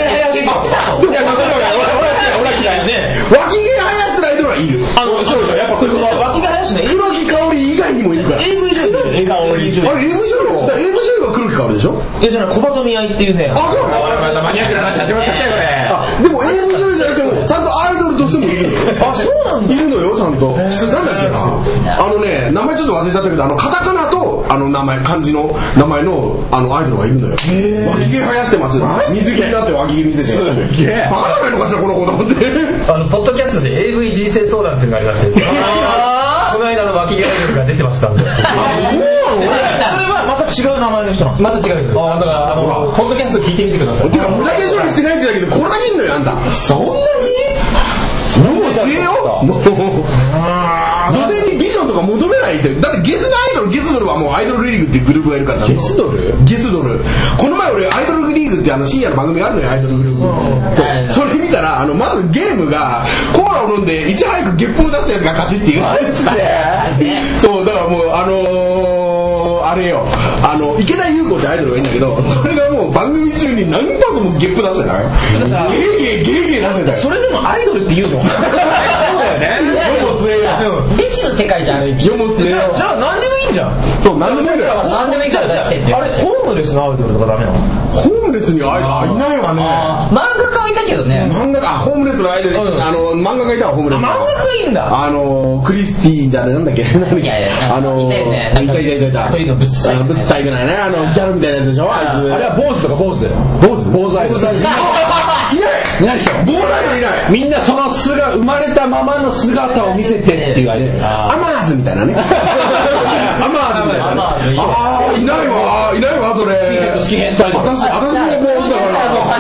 Speaker 3: 生やしてるアイドルはいる。
Speaker 4: そうでしょ。やっぱそういうこと。脇毛生やしてね。
Speaker 2: 黒木香織以外にもいるから。
Speaker 4: AV 女優。
Speaker 2: AV が黒木香織でしょ。
Speaker 4: じゃあ小鳩見合いっていうね。
Speaker 2: あそう
Speaker 3: なの。マニアックな話始まっちゃったよこれ。
Speaker 2: でも AV 女優じゃなくてもちゃんとアイドルとしてもいるのよ。
Speaker 4: あそうなんだ。
Speaker 2: いるのよちゃんと。なんだっけな。名前ちょっと忘れちゃったけどカタカナと漢字の名前のアイドルがいるのよ。脇毛生やしてます。水着になって脇毛見せて。すげえ。バカじゃないのかしらこの子と思って。
Speaker 4: ポッドキャストで AV 人生相談っていうのがありまして。この間の脇毛アイドルが出てましたんで。それはまた違う名前の人なんです。また違う人。だからポッドキャスト聞いてみてください。
Speaker 2: てか無駄毛処理してないってだけどこれだけいんのよあんた。そんなに？もう強えよ。女性にビジョンとかか求めないって。だってゲスドルはもうアイドルリーグっていうグループがいるからさ。ゲスドルこの前俺アイドルリーグって深夜の番組があるのよ、アイドルグループ。それ見たらまずゲームがコーラを飲んでいち早くゲップを出すやつが勝ちっていう。そうだからもうあれよ、池田優子ってアイドルがいいんだけど、それがもう番組中に何発もゲップ出してたよ。ゲー出してたよ。
Speaker 3: それでもアイドルって言うの？そうだよね。
Speaker 2: 世も末よ。
Speaker 1: エチの世界じゃん。
Speaker 2: 世も末よ。
Speaker 3: じゃあ何でもいいんじゃん。
Speaker 2: そう何でもいいから。
Speaker 1: 何でもいいから出してって。
Speaker 3: あれホームレスのアイドルとかダメなの？
Speaker 2: ホームレスにアイドルいないわね。
Speaker 1: 漫画家はいたけどね。
Speaker 2: ホームレスのアイドル漫画家いたわ、ホームレス。
Speaker 3: 漫画家いいんだ。
Speaker 2: クリスティーンじゃなんだっけ。い
Speaker 1: やいた。そういうのぶっさい。
Speaker 2: ぶっさいぐらいね、ギャルみたいなやつでしょ、あいつ。
Speaker 3: あれは坊主とか坊主アイドル。いないでしょ。
Speaker 2: 坊主アイドルいない。
Speaker 3: みんなその生まれたままの姿を見せてっていうアイドル。
Speaker 2: アマーズみたいなね。アマーズみたいな。いないわそれ。
Speaker 3: スキヘッドアイドル。
Speaker 2: 私も坊主だから。私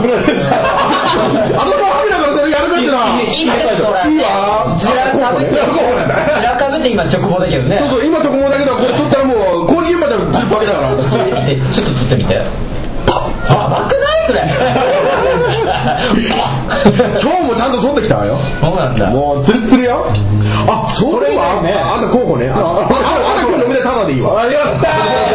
Speaker 2: もハミだからそれやるかしら。いいわ。
Speaker 1: ズラかぶって今直棒だけどね。
Speaker 2: そう今直棒だけど、これ撮ったらもう工事現場じゃん、ずっとわけだから。
Speaker 1: それ見てちょっと撮ってみて。甘くないそれ。
Speaker 2: 今日もちゃんと剃ってきたわよ。
Speaker 1: そうなんだ。
Speaker 2: もうツルツルよ。そういえばあんた候補ね。あんた今日飲みでタダでいいわ。
Speaker 3: やった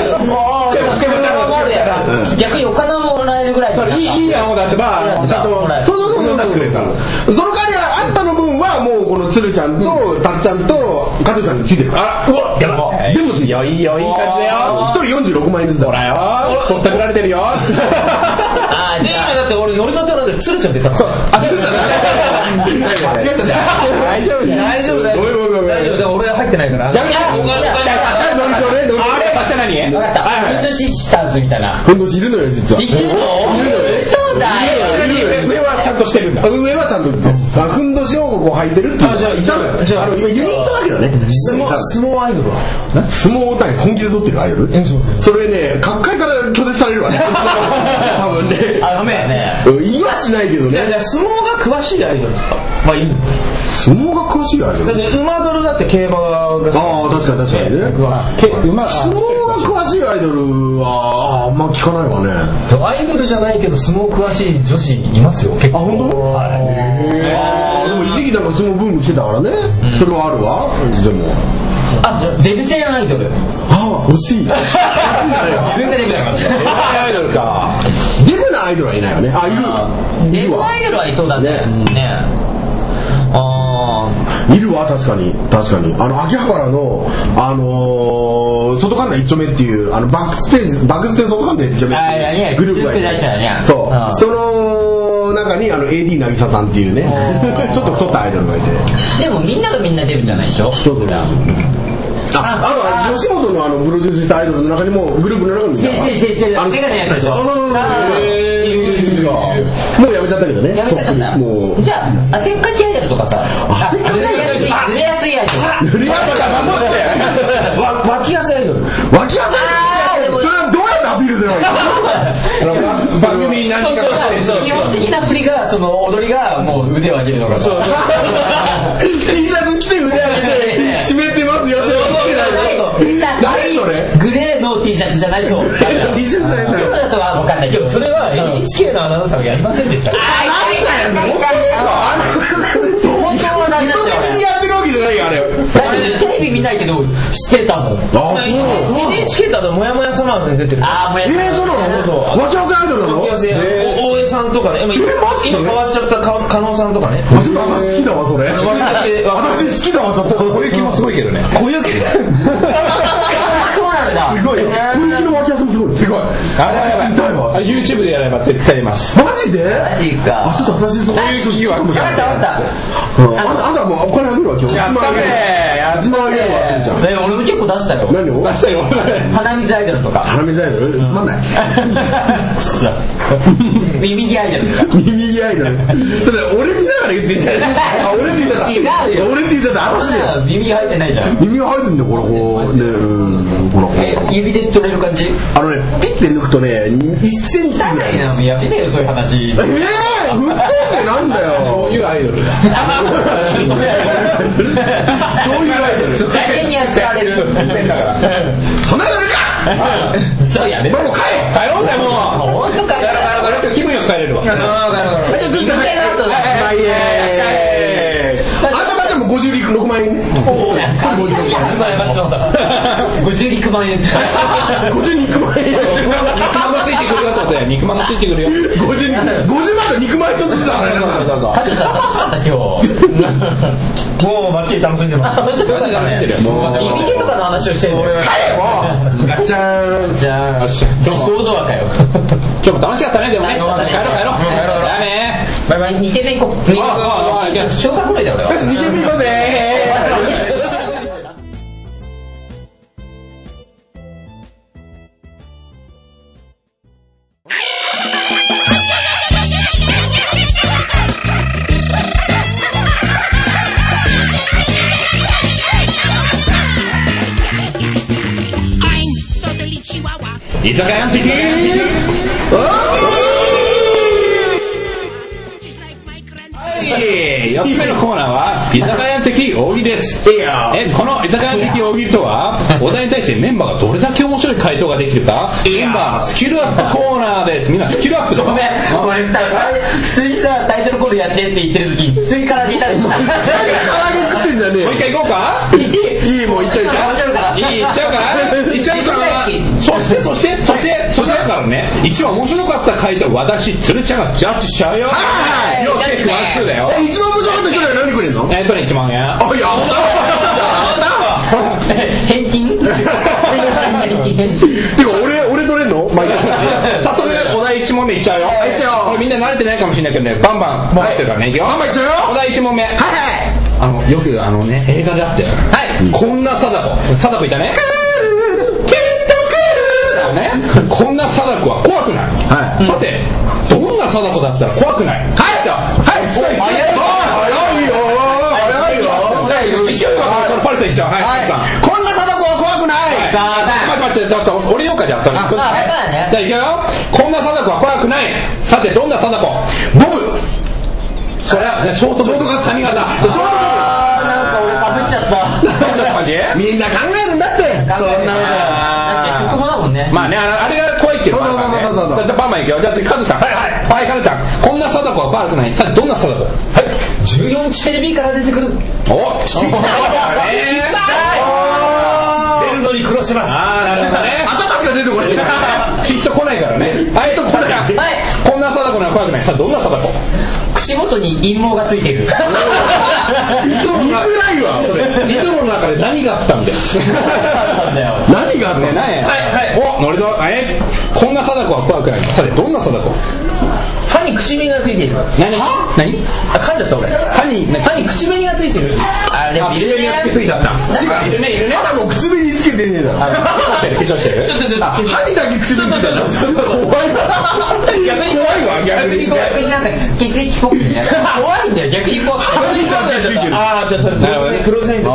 Speaker 1: ー。逆にお金ももらえるぐらい。
Speaker 3: いいやもうだってまあちゃんと
Speaker 2: そう飲んだくれたら。その代わりあんたの分はもうこの鶴ちゃんとたっちゃんと加藤さんについてる。
Speaker 3: あ、うわ、やば。
Speaker 2: 全部ついてる。
Speaker 3: いいよいい感じだよ。
Speaker 2: 一人46万円ずつだ。
Speaker 3: ほらよ。ぼったくられてるよ。で今だって俺乗りたてなんで鶴ちゃんって言ったの。
Speaker 2: 鶴ちゃん。間違えた。
Speaker 3: 大丈夫。でも俺入ってないから。あれバッチャ何？
Speaker 1: 分かった。ふんどしシスターズみたいな。
Speaker 2: ふんどしいるのよ実は。
Speaker 1: いるの？そうだよ。
Speaker 3: 上はちゃんとしてるんだ。
Speaker 2: 上はちゃんとふんどしをこう履いてるっていう。じゃあユニットだけどね。
Speaker 3: 相撲アイドルは？
Speaker 2: 相撲を本気で撮ってるアイドル？それね、各界から拒絶されるわね。多分ね。
Speaker 1: ダメやね。
Speaker 2: 言いはしないけどね。
Speaker 3: じゃあ相撲が詳しいアイドルとかはいいの？
Speaker 2: 相撲が詳しいアイドル？
Speaker 3: だって馬ドルだって競馬が好き。
Speaker 2: ああ確かにね。相撲が詳しいアイドルはあんま聞かないわね。
Speaker 4: アイドルじゃないけど相撲詳しい女子いますよ結構。
Speaker 2: あ本当？はい。でも一時期なんか相撲ブーム来てたからね。それはあるわ。でも。
Speaker 1: デブ戦アイドル。
Speaker 2: 欲しい。
Speaker 1: 自分がデブだから。
Speaker 3: デブアイドルか。
Speaker 2: デブなアイドルはいないよね。いる。
Speaker 1: デブアイドルはいそうだね。
Speaker 2: いるわ確かに秋葉原の外関内一丁目っていうバックステージ外関内一丁目っていうグループがいて、そうその中にAD 渚さんっていうねちょっと太ったアイドルがいて。
Speaker 1: でもみんながみんなデブじゃないでしょ。
Speaker 2: そう吉本のプロデュースしたアイドルの中にもグループの中にも
Speaker 1: 手がねやつでしょ。
Speaker 2: もうやめちゃったけどね。
Speaker 1: やめちゃった。もうじゃあ汗っかきアイドルとかさ。濡れやすいアイドル。
Speaker 3: 濡れやすい。脇汗アイドル。
Speaker 2: 脇汗アイドル。それはどうやってアピールすればいいの？
Speaker 3: 番組に何か
Speaker 1: 基本的な振りがその踊りがもう腕を上げるのが。
Speaker 2: T シャツ着て腕上げて締めてますよって何それ？
Speaker 1: グレーの T シャツじゃないと。
Speaker 2: T シャツじゃないと。
Speaker 1: だとは分かんないけど
Speaker 4: それは NHK のアナウンサーがやりませんでした。
Speaker 2: 本当は何だよ。意図的にやってるわけじゃないよあれ。
Speaker 1: テレビ見ないけど知ってたもん。
Speaker 3: NHK だともやもやサマーズに出てる。
Speaker 1: もや
Speaker 2: そうなの？脇汗アイドルなの？
Speaker 3: 脇汗大江さんとかね。今変わっちゃった加納さんとかね。
Speaker 2: 私好きだわそれ。私好きだわちょっと。
Speaker 3: 小雪もすごいけどね。
Speaker 1: 小雪。そうなんだ。
Speaker 2: すごい。小雪の脇汗もすごい。すごい。
Speaker 3: あれ YouTube でやれば絶対出ます。
Speaker 2: マジで？
Speaker 1: マジか。
Speaker 2: ちょっと私そういう気は。
Speaker 1: 分かった。
Speaker 2: あんたもうお金あげるわ今日。
Speaker 3: やったね。
Speaker 2: 1万あげるわ。
Speaker 1: 俺も結構出したよ。
Speaker 2: 何を？
Speaker 3: 出したよ。
Speaker 1: 鼻水アイドルとか。
Speaker 2: 鼻水アイドル？つまんない。
Speaker 1: 耳毛アイドルとか。
Speaker 2: 耳毛アイドル。ただ俺見ながら言ってんじゃない？俺って言っちゃった。
Speaker 1: 違うよ。
Speaker 2: 俺って言っちゃった。
Speaker 1: 耳入ってないじゃん。
Speaker 2: 耳が入ってんだよこれこうね。ほら。
Speaker 1: 指で取れる感じ？
Speaker 2: ピッて抜くとね1センチぐらい。
Speaker 1: やめてよそういう話。
Speaker 2: 沸騰ってなんだよ。
Speaker 3: そういうアイドルだ。
Speaker 2: そういうアイドル。
Speaker 1: 邪険に扱われる。
Speaker 2: そんなのいるか。
Speaker 1: じゃあやめて。
Speaker 2: もう帰
Speaker 3: ろうぜもう。
Speaker 1: 本当か。
Speaker 3: 気分よく帰れるわ。
Speaker 2: じゃあずっと1万円。あんたばちゃんも56万円ね。
Speaker 1: 50陸万円。
Speaker 2: 52万円。
Speaker 3: 肉まんがついてくるよって。肉まんがついてくるよ。
Speaker 2: 50万と肉まん一つずつ。
Speaker 1: カズさん楽しかった今日。
Speaker 4: もうバッチリ楽しんでます。
Speaker 1: イビケとかの話をしてる。
Speaker 2: ガチャーン。
Speaker 1: じゃあ堂々かよ。
Speaker 3: 今日も楽しかったねでもね。帰ろう。じゃあね。
Speaker 1: バイバイ。2軒目行こう。小学ぐらいだよ俺は。
Speaker 2: 2軒目行こうぜ。
Speaker 3: 居酒屋の敵。4つ目のコーナーは居酒屋の敵大喜利です。この居酒屋の敵大喜利とはお題に対してメンバーがどれだけ面白い回答ができるかメンバーのスキルアップコーナーです。みんなスキルアップとか。
Speaker 1: ごめん俺普通にさタイトルコールやってって言ってる時に普通に唐揚げいたの。唐揚げ
Speaker 2: 食ってんじゃねえ。
Speaker 3: もう一回行こうか。
Speaker 2: いいもう行っちゃうから。
Speaker 1: 面白いから。
Speaker 3: いっちゃうからそしてだからね一番面白かった回答私鶴ちゃんがジャッジしちゃうよ。
Speaker 2: はい
Speaker 3: よしワンツーだよ。
Speaker 2: 一番面白かった人には何くれんの
Speaker 3: ？1万円。
Speaker 2: あ、やった
Speaker 1: 返金？てか
Speaker 2: 俺取れんの？まあいいや。
Speaker 3: 早速お題1問目いっちゃうよ。
Speaker 2: いっちゃおう。
Speaker 3: これみんな慣れてないかもしれないけどねバンバン持ってるからね。いくよ。
Speaker 2: バンバンいっちゃうよ。
Speaker 3: お題1問目。
Speaker 2: はい
Speaker 3: よく映画であってこんな貞子いたね。こんな貞子は怖くない。さてどんな貞子だったら怖くない。じゃあ早いよ。一緒にパリさんいっちゃう。
Speaker 2: こんな貞子は怖くない。
Speaker 3: 待ってちょっと俺ようかじゃあそれ。じゃあいくよ。こんな貞子は怖くない。さてどんな貞子。
Speaker 2: ボブ。
Speaker 3: それはショートカット髪型。
Speaker 1: なんか俺かぶっちゃった。
Speaker 2: みんな考えるんだって。そんなの
Speaker 1: 曲もだもんね。
Speaker 3: まあねあれが怖いっていうのはね。じゃあバンバンいくよ。じゃあカズさん。はいカズさん。こんな貞子は怖くない。さあどんな貞子。
Speaker 1: 14日テレビから出てくる。
Speaker 3: おちっちゃい。
Speaker 4: 出るのに苦労します。
Speaker 3: なるほどね。
Speaker 2: 頭しか出てこない。
Speaker 3: きっと来ないからね。はいとこれじゃん。こんな貞子には怖くない。さあどんな貞子。
Speaker 1: 口元に陰毛がついてる。
Speaker 2: 見づらいわ。
Speaker 3: リトルの中で何があったんだよ。
Speaker 2: 何があったの？
Speaker 3: おノリドこんな貞子は怖くない。さてどんな貞子。
Speaker 4: 歯に口紅がついている。
Speaker 3: 何？
Speaker 4: 噛んじゃった俺。歯に口紅がついてる。
Speaker 1: でも
Speaker 3: 口紅がつきすぎちゃった。いるね。
Speaker 2: ただの口紅つけてねえだろ。
Speaker 3: 化粧してる。
Speaker 2: 歯にだけ口紅つけてる。怖いわ。逆に
Speaker 1: なんか血液っぽくて怖いんだよ逆に怖くて。
Speaker 4: じゃあそれプロセント。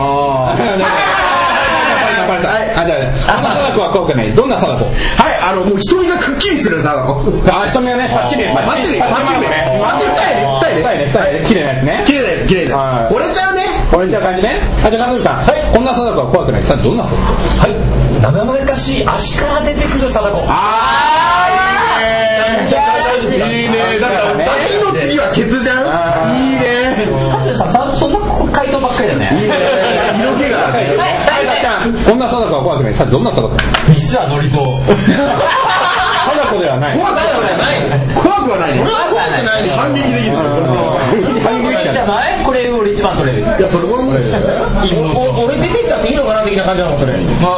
Speaker 3: こんな貞子は怖くない。どんな貞子。
Speaker 2: もう瞳がくっきりする貞子。
Speaker 3: 瞳がねパッチリね。
Speaker 2: 二重
Speaker 3: 綺麗なやつね。
Speaker 2: 綺麗です折れちゃうね。
Speaker 3: 折れちゃう感じね。じゃあカズさん。こんな貞子は怖くない。さあどんな貞子。
Speaker 4: 生めかしい足から出てくる貞子。
Speaker 2: いいね。だから足の次はケツじゃん。いいね。
Speaker 1: カズさんそんな回答ばっかりだよね。
Speaker 2: いいね。色気が。
Speaker 3: ちゃんこんな貞子は怖くない。さあどんな貞子。
Speaker 1: 実はノリゾー。
Speaker 3: 貞子ではない。
Speaker 2: 怖くはない。反撃できる。
Speaker 1: じゃないこれ俺一番取れる。
Speaker 2: いやそれも
Speaker 4: 俺出てっちゃっていいのかな的な感じなのそれ。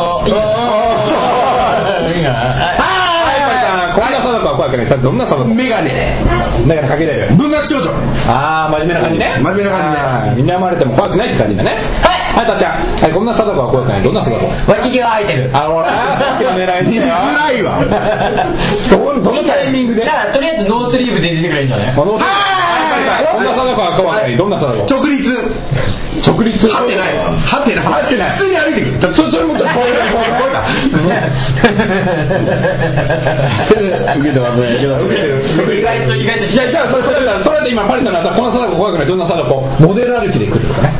Speaker 3: こんな貞子は怖くない。さあどんな貞子。
Speaker 2: メガネ
Speaker 3: かけれる。
Speaker 2: 文学少女。
Speaker 3: 真面目な感じね。
Speaker 2: 真面目な感じ
Speaker 3: ね。みんな生まれても怖くないって感じだね。はいたっちゃん。こんな貞子は怖くない。どんな貞子。
Speaker 1: 脇毛が生えてる。
Speaker 3: ほらさっきの狙いに。
Speaker 2: 見づらいわ。
Speaker 3: どのタイミングで。
Speaker 1: だからとりあえずノースリーブで出てくれるんじゃない。
Speaker 3: こんな貞子は怖くない。どんな貞子。
Speaker 2: 直立。
Speaker 3: はてない。
Speaker 2: 普通に歩いてくる。
Speaker 3: それもちょっと怖いか。
Speaker 2: 受けてますね。
Speaker 1: 意外と
Speaker 3: じゃあそれで今パリさんがこんな貞子怖くない、どんな貞子、モデル歩きで来るとかね。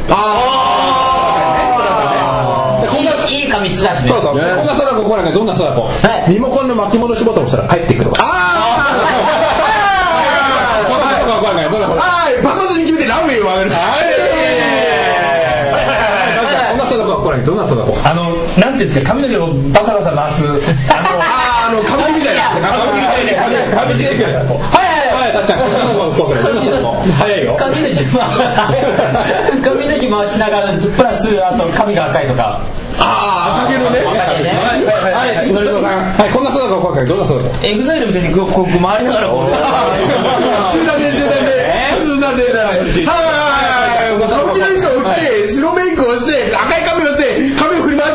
Speaker 1: いい髪質だしね。
Speaker 3: そうそう、こんな貞子怖くない、どんな貞子、リモコンの巻き戻しボタンを押したら帰ってくるとか。
Speaker 2: バサバサに決めてラーメンをあげる。
Speaker 3: どんな貞子、
Speaker 4: なんていうんですか、髪の毛をバサバサ回す、
Speaker 2: 歌舞伎みたいな。
Speaker 3: 歌舞伎できる。はい、たっちゃん、早いよ。
Speaker 1: 髪の毛回しながらプラスあと髪が赤いとか。
Speaker 2: 赤毛のね。
Speaker 3: はい、のりとさん。はい、こんな貞子怖くない、どんな貞子。
Speaker 4: エグザイルみたいにこう回りながらこう。
Speaker 2: 集団で。はい、もう歌舞伎の衣装を着て白メイクをして赤い髪をして髪を振り回す。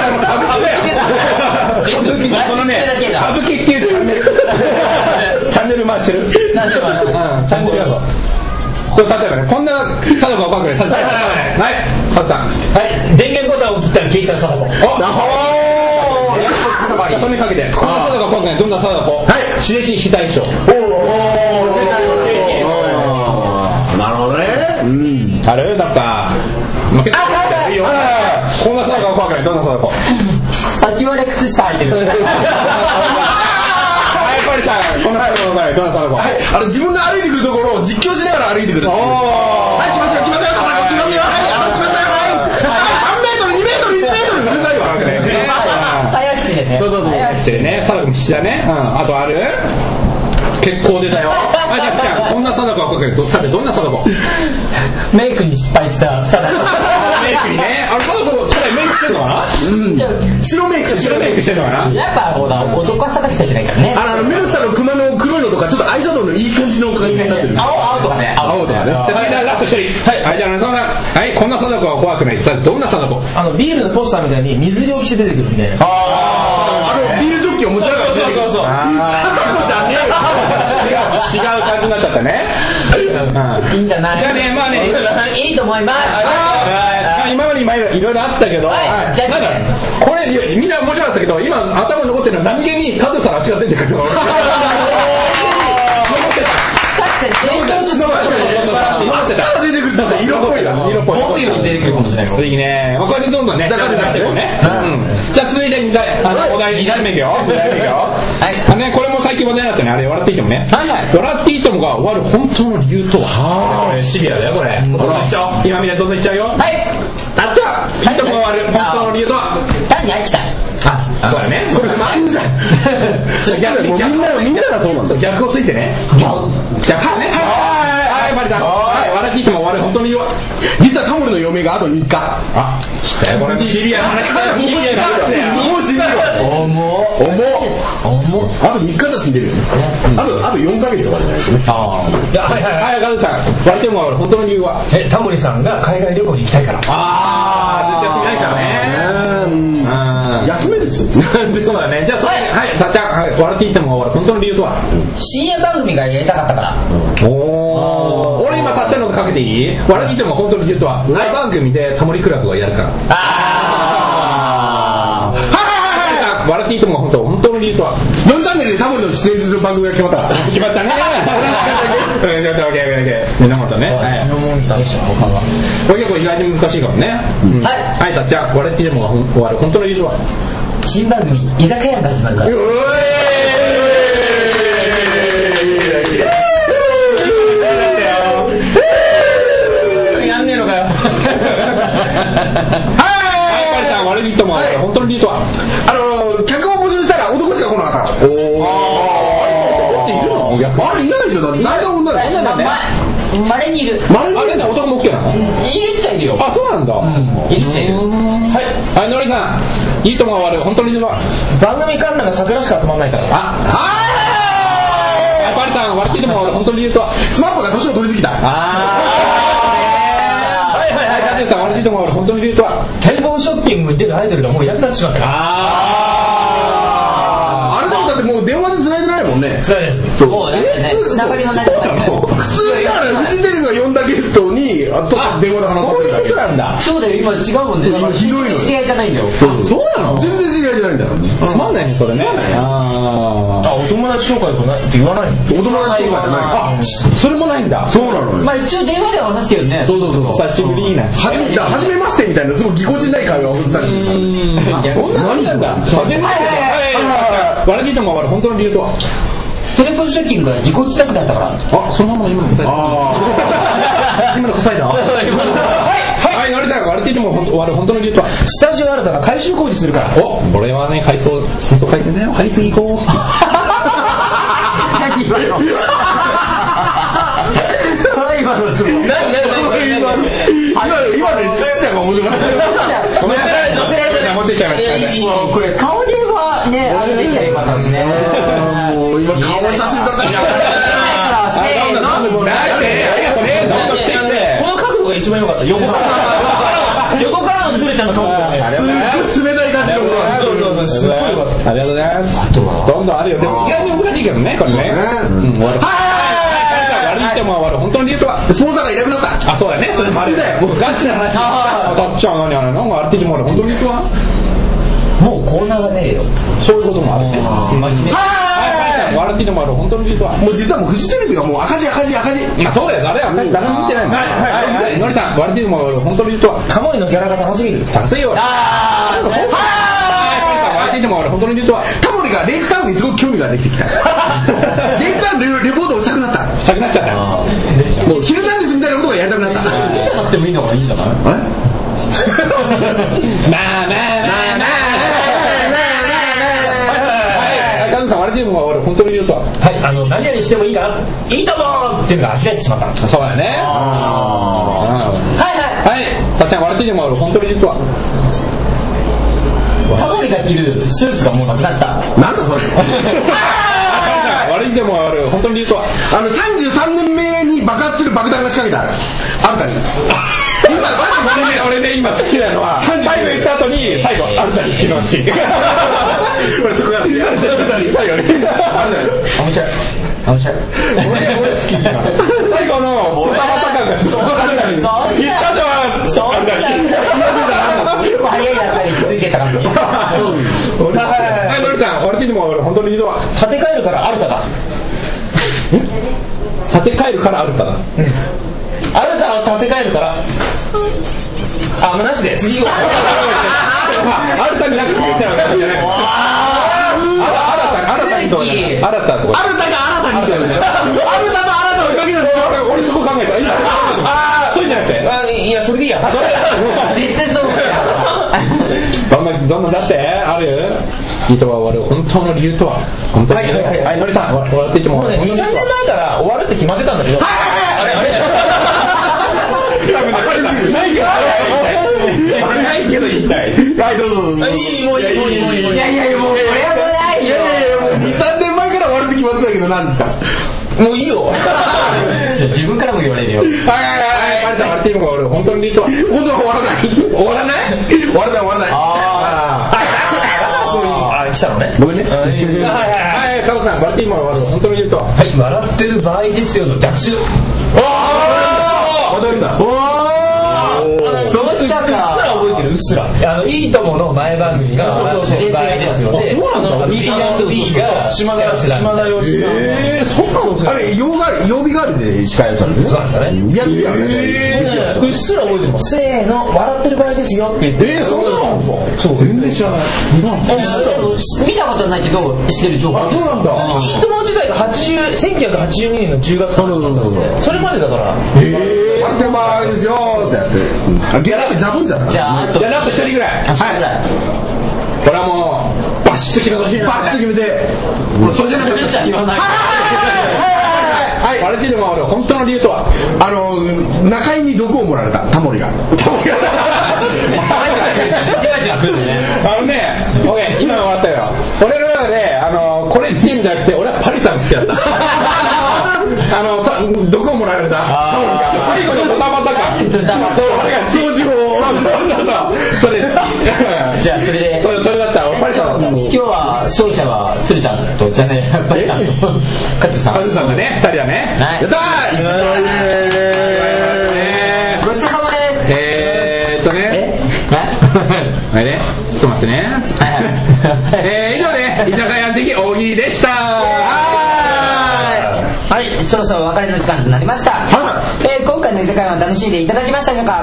Speaker 3: このね、歌舞伎っていうチャンネル回してる。チャンネルやぞ。例えばね、こんな貞子が怖くない。はい、ハツさん。
Speaker 4: はい、電源ボタンを切ったら消えちゃう貞子。
Speaker 3: それにかけて、こんな貞子が怖くない、どんな貞子。はい、地デジ非対称。
Speaker 2: なるほどね。
Speaker 3: あれだった負けた。こんな貞子が怖くない、どんな貞子。
Speaker 1: 先割れ靴下履いてる。
Speaker 3: パリさん、この貞子が怖くない、どんな貞子。
Speaker 2: 自分が歩いてくるところを実況しながら歩いてくる。はい、来ますよ。3メートル、2メートル、1メートルうるさいわ。
Speaker 1: 早口でね。
Speaker 3: 早口でね、貞子も必死だね。あとある？結構出たよ。じゃあこんな貞子は怖くない、さてどんな貞子。
Speaker 1: メイクに失敗した貞子。
Speaker 3: メイクにね、貞子初代メイクしてんのかな。
Speaker 2: 白メイク
Speaker 3: してんのかな。
Speaker 1: やっぱ男は叩きちゃいけないからね。
Speaker 2: メロスさんの熊の黒いのとかちょっとアイシャドウのいい感じの感じになってる。
Speaker 1: 青とかね。
Speaker 3: ラスト1人。はい、じゃあ中澤さん。はい、こんな貞子は怖くない、さてどんな貞子。
Speaker 4: ビールのポスターみたいに水着を着て出てくるみたいな。
Speaker 2: ビールジョッキ面白いから出てくる。
Speaker 4: そう。
Speaker 2: 貞子じゃねえよ。
Speaker 3: 違う感じになっちゃったね。
Speaker 1: いいんじゃない。
Speaker 3: じゃあね、まあね、
Speaker 1: いいと思います。
Speaker 3: 今までいろいろあったけど、
Speaker 1: じゃあ
Speaker 3: これみんな面白かったけど、今頭に残ってるのは何気にカズさん足が出てくるの。残ってた。
Speaker 2: 出てくると色っぽいな。
Speaker 1: 色っぽいより出てくるかもしれない。
Speaker 3: いいね。これでどんどんね。じゃあ続いてお題2代目いくよ。これも最近話題になったね。あれ笑っていいともね。笑っていいともが終わる本当の理由とは。これシビアだよこれ。今みたいにどんどんいっちゃうよ。はい。あっちゃ。いいともが終わる本当の理由とは。
Speaker 1: 単に飽きた。
Speaker 3: そうだね。それ逆じゃん。
Speaker 2: みんながそうなんだ。
Speaker 3: 逆をついてね。逆ね。はい、マリさん。笑っていいとも終わる本当の理由は。
Speaker 2: 実はタモリの嫁があと3日。
Speaker 3: 来たよこれシビアな話だよ。シビアな話だよ。
Speaker 2: もう死んでるわ。重あと3日じゃ死んでるよね。あと4ヶ月とかじゃないですね。
Speaker 3: はい、ガズさん。笑っていいとも終わる本当の理由は。
Speaker 4: タモリさんが海外旅行に行きたいから。
Speaker 3: 絶対休みないからね。
Speaker 2: 休めるし。
Speaker 3: そうだね。じゃあはい、たっちゃん。笑っていいとも終わる本当の理由とは。
Speaker 1: 深夜番組がやりたかったから。
Speaker 3: 俺今たっちゃんのかけていい？笑っていいとも本当の理由とは。裏番組でタモリクラブがやるから。笑っていいとも本当の理由とは。
Speaker 2: 4チャンネルでタモリの出演する番組が決まった。
Speaker 3: 決まったね。みんなまたね。これ結構意外に難しいかもね。はい、たっちゃん。笑っていいとも終わる本当の理由とは。
Speaker 1: 新番組居酒屋が始まるから。
Speaker 3: やんねえのかよ。はい、さん悪いとも本当の理由とは。
Speaker 2: 客を募集したら男しか来なかった。あれいないでしょ。だって誰が女だよ。
Speaker 1: まれにいる。
Speaker 3: あれね、男も OK なの？
Speaker 1: いるっちゃいるよ。
Speaker 3: あ、そうなんだ。
Speaker 1: いるっちゃいる。
Speaker 3: はい、のりさん。いいとも終わる本当の理由は。
Speaker 4: 番組観覧が桜しか集まんないから。
Speaker 3: パリさん。笑っていいとも終わる本当の理由とは。
Speaker 2: スマップが年を取りすぎた。
Speaker 3: ガズさん。笑っていいとも終わる本当の理由とは。
Speaker 4: テレフォンショッピングに出るアイドルがもういなくなってしまったから。
Speaker 2: あれでもだってもう電話で繋いでないもんんね。
Speaker 4: そうです。
Speaker 1: そうだってね、つながりのない
Speaker 2: 普通だからフジテレビが呼んだゲストに電話で話させるだけなんだ。
Speaker 1: そうだよ、今違うもんね。
Speaker 2: ひどいの。
Speaker 1: 知り合いじゃないんだよ。
Speaker 2: そうなの？全然知り合いじゃないんだよ。
Speaker 3: つまんないねそれね。
Speaker 4: お友達紹介とないって言わないの？
Speaker 2: お友達紹介じゃない。
Speaker 3: それもないんだ。
Speaker 2: そうなのよ。
Speaker 1: まあ一応電話では話すけどね。
Speaker 2: そう
Speaker 3: 久しぶりな。
Speaker 2: はじめましてみたいなすごいぎこちない会話をしたりする。
Speaker 3: そんな感じなんだ。はじめまして。笑っていても本当の理由とは。
Speaker 1: テレフォンショッキングがぎこちなくなったから。
Speaker 3: あ、そのまま今の答えだ。今の答えだ。はい、のりさん、笑っていても本当の理由とは。
Speaker 4: スタジオ新たが改修工事するから。
Speaker 3: お、これはね、新装改定だよ。はい、次行こう。
Speaker 1: 何今の今のつもり。
Speaker 2: 今ね、つゆちゃんが面白かった。
Speaker 3: 乗せられたら持ってっちゃいました。
Speaker 1: もうこれ顔ではね、あれできたらよかったですね。
Speaker 2: もう今顔写真撮ったんだ
Speaker 1: せーの。
Speaker 4: この角度が一番良かった。横からのつるちゃんの角度がね。
Speaker 2: すごい冷たい感じのことなんです。
Speaker 4: すごい良かった。
Speaker 3: ありがとうございます。どんどんあるよ。でも意外に難しいけどね、これね。悪いっても終わる本当の理由とは。
Speaker 2: スポンサーがいなくなった。
Speaker 3: あ、そうだね。それもあるよ。ガチな話。たっちゃん何あれなんかあるっても本当の理由とは。
Speaker 1: もうコーナーがねえよ。
Speaker 3: そういうこともあるね。
Speaker 1: 真面目。
Speaker 3: 笑っていてもある本当の理由とは。
Speaker 2: もう実はもうフジテレビがもう赤字。
Speaker 3: まあそうだよ。あれは赤字誰も見てないもん。はい。のりさん、笑っていてもある本当の理由とは。
Speaker 4: タモリのギャラが高すぎる。
Speaker 3: 高すぎよ。笑っていてもある本当の理由とは。
Speaker 2: タモリがレイクタウンにすごく興味ができてきた。レイクタウンでレポートをしたくなった。
Speaker 3: したくなっちゃった。
Speaker 2: もうヒルナンデスみたいなことがやりたくなった。
Speaker 1: 見ちゃなくてもいいんだからいいんだから。
Speaker 3: まあ。カズさん、笑っていてもある本当の理由とは。
Speaker 4: はい、何々してもいいかないいと思うっていうのが開いてしまった。
Speaker 3: そうだね。はい。たっちゃん、笑っていてもある本当の理由とは。
Speaker 1: タモリが着るスーツがもうなくなった。
Speaker 2: なんだそれ。
Speaker 3: 悪いでもある本当の理由とは。
Speaker 2: 33年目に爆発する爆弾が仕掛けてある。あんたに。
Speaker 3: 俺ね今好きなのは最後言った後に最後あんたにっていうのが好き。俺そこが好き。最後に。
Speaker 1: 面白い。
Speaker 3: 俺好き。最後のドタバタ感がずっとあんたに。言った後はあんたに。
Speaker 1: 結構早いやつに気づいてた感じ。
Speaker 3: はい、のりさん、俺的にも本当の理由は。
Speaker 4: 建て替えるからアルタだ。
Speaker 3: 建て替えるからアルタだ。
Speaker 4: アルタを建て替えるから。あ、もうなしで次行こう。
Speaker 3: アルタになくて言ったらじゃない。新たにとかじゃない。新たとか。
Speaker 2: 新たが新たにとか。新たの新たのかけるんですよ。
Speaker 3: 俺そこ考えた。そういうんじゃなくて。
Speaker 4: いや、それでいいや。
Speaker 1: 絶対そうだよ。
Speaker 3: どんどん出して。あるいいとは終わる本当の理由とは。本当に。はい、のりさん、笑っていても。
Speaker 4: もうね、2、3年前から終わるって決まってたんだけど。
Speaker 3: ないけど言いたい。
Speaker 2: はい、どうぞ。
Speaker 4: もういい。
Speaker 1: いや、もうこれはもうないよ。
Speaker 2: もう2、3年前から終わるって決まってたけど何ですか。
Speaker 4: もういいよ。
Speaker 1: 自分からも言われるよ。
Speaker 3: はい。マリさん、笑っているのが俺本当の理由とは。
Speaker 2: 本当は終わらない。
Speaker 3: 終わらない。
Speaker 4: 来たのね。
Speaker 3: 僕ね。はい、加藤さん、笑っているのが本当の理由とは。
Speaker 4: はい、笑ってる場合ですよの逆襲。
Speaker 2: 踊るんだ。
Speaker 1: そうしたか。
Speaker 4: うっすらいいともの前番組が笑ってる場合ですよね。
Speaker 3: そうなんだ。
Speaker 4: B&B が島田義さん。
Speaker 2: そうなんですか。あれ曜日代わりで司会をされてね。
Speaker 4: そうなんですかね。
Speaker 2: やってたね。
Speaker 4: うっすら覚えてます。せーの、笑ってる場合ですよって言って。
Speaker 2: そうなんですか。そう全然知らない。
Speaker 1: 見たことないけど知ってる情報。
Speaker 2: そうなんだ。
Speaker 4: いいとも時代が1982年の10月から。それまでだから。
Speaker 2: 笑ってる場合ですよってやって。ギャラってザブンじゃない。
Speaker 1: じゃあ
Speaker 3: じゃあラップ一人ぐらい。
Speaker 1: はい。
Speaker 3: これはもうバシッと決めてほしいな。
Speaker 2: バシッと決めて。
Speaker 1: それじゃなくて言わない。
Speaker 2: はい。
Speaker 3: あれっていうのが俺本当の理由とは。
Speaker 2: 中井に毒を盛られたタモリが。
Speaker 3: 今終わったよ。俺の中でこれって言うんじゃなくて俺はパリさん好きだった。毒を盛られたタモリが最後のドタバタ感。俺が掃除法。それ好き。
Speaker 1: じゃあそれで。
Speaker 3: それだったらパリさんだった。
Speaker 1: 今日は勝者は鶴ちゃんとじゃねやっぱりカズさん
Speaker 3: がね、2人だね。
Speaker 2: やったー、1万円。
Speaker 1: ごちそうさまです。
Speaker 3: あれね、ちょっと待ってね。以上ね、居酒屋的大喜利でした。
Speaker 1: はい、そろそろお別れの時間となりました。今回の居酒屋は楽しんでいただきましたでしょうか。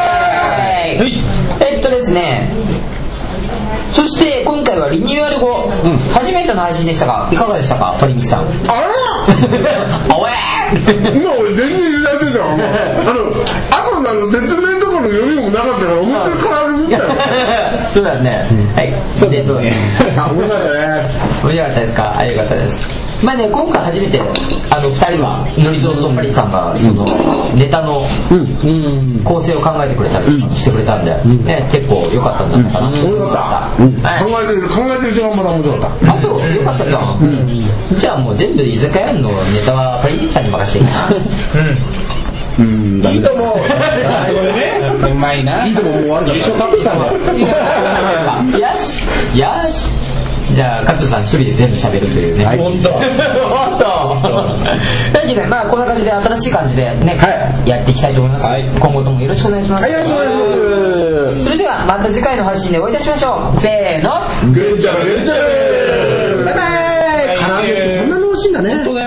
Speaker 1: ですね、そして今回はリニューアル後、初めての配信でしたがいかがでしたか、パリミキさん。おえ
Speaker 2: 今俺全然言うやってたよ。あと説明とかの余裕もなかったから思いっきり唐揚げ見たよ。
Speaker 1: そうだね。はい、そうです。面白かった
Speaker 2: です。
Speaker 1: 面白かったですか。ありがたかったです。まあね、今回初めて2人はノリゾーとパリさんがそのネタの構成を考えてくれたりしてくれたんで、結構良かったんじゃないかなと思いました。
Speaker 2: 考えてる時間まだ面白かった。
Speaker 1: あ、そう、良かったじゃん。じゃあもう全部居酒屋のネタはパリさんに任せていいな。
Speaker 2: いいと思う。
Speaker 3: うまいな。
Speaker 2: いいと思う。もう終わるから。優勝カップさんだよ。
Speaker 1: よしよし。じゃあカツさん一人で全部喋るというね。
Speaker 4: 本当。
Speaker 1: というわけで、まあこんな感じで新しい感じでね、やっていきたいと思います。今後ともよろしくお願いします。
Speaker 2: よろしくお願いします。
Speaker 1: それではまた次回の配信でお会いいたしましょう。せーの。
Speaker 2: グッチャラグッチャラ。バイバイ。唐揚げってこんなに美味しいんだね。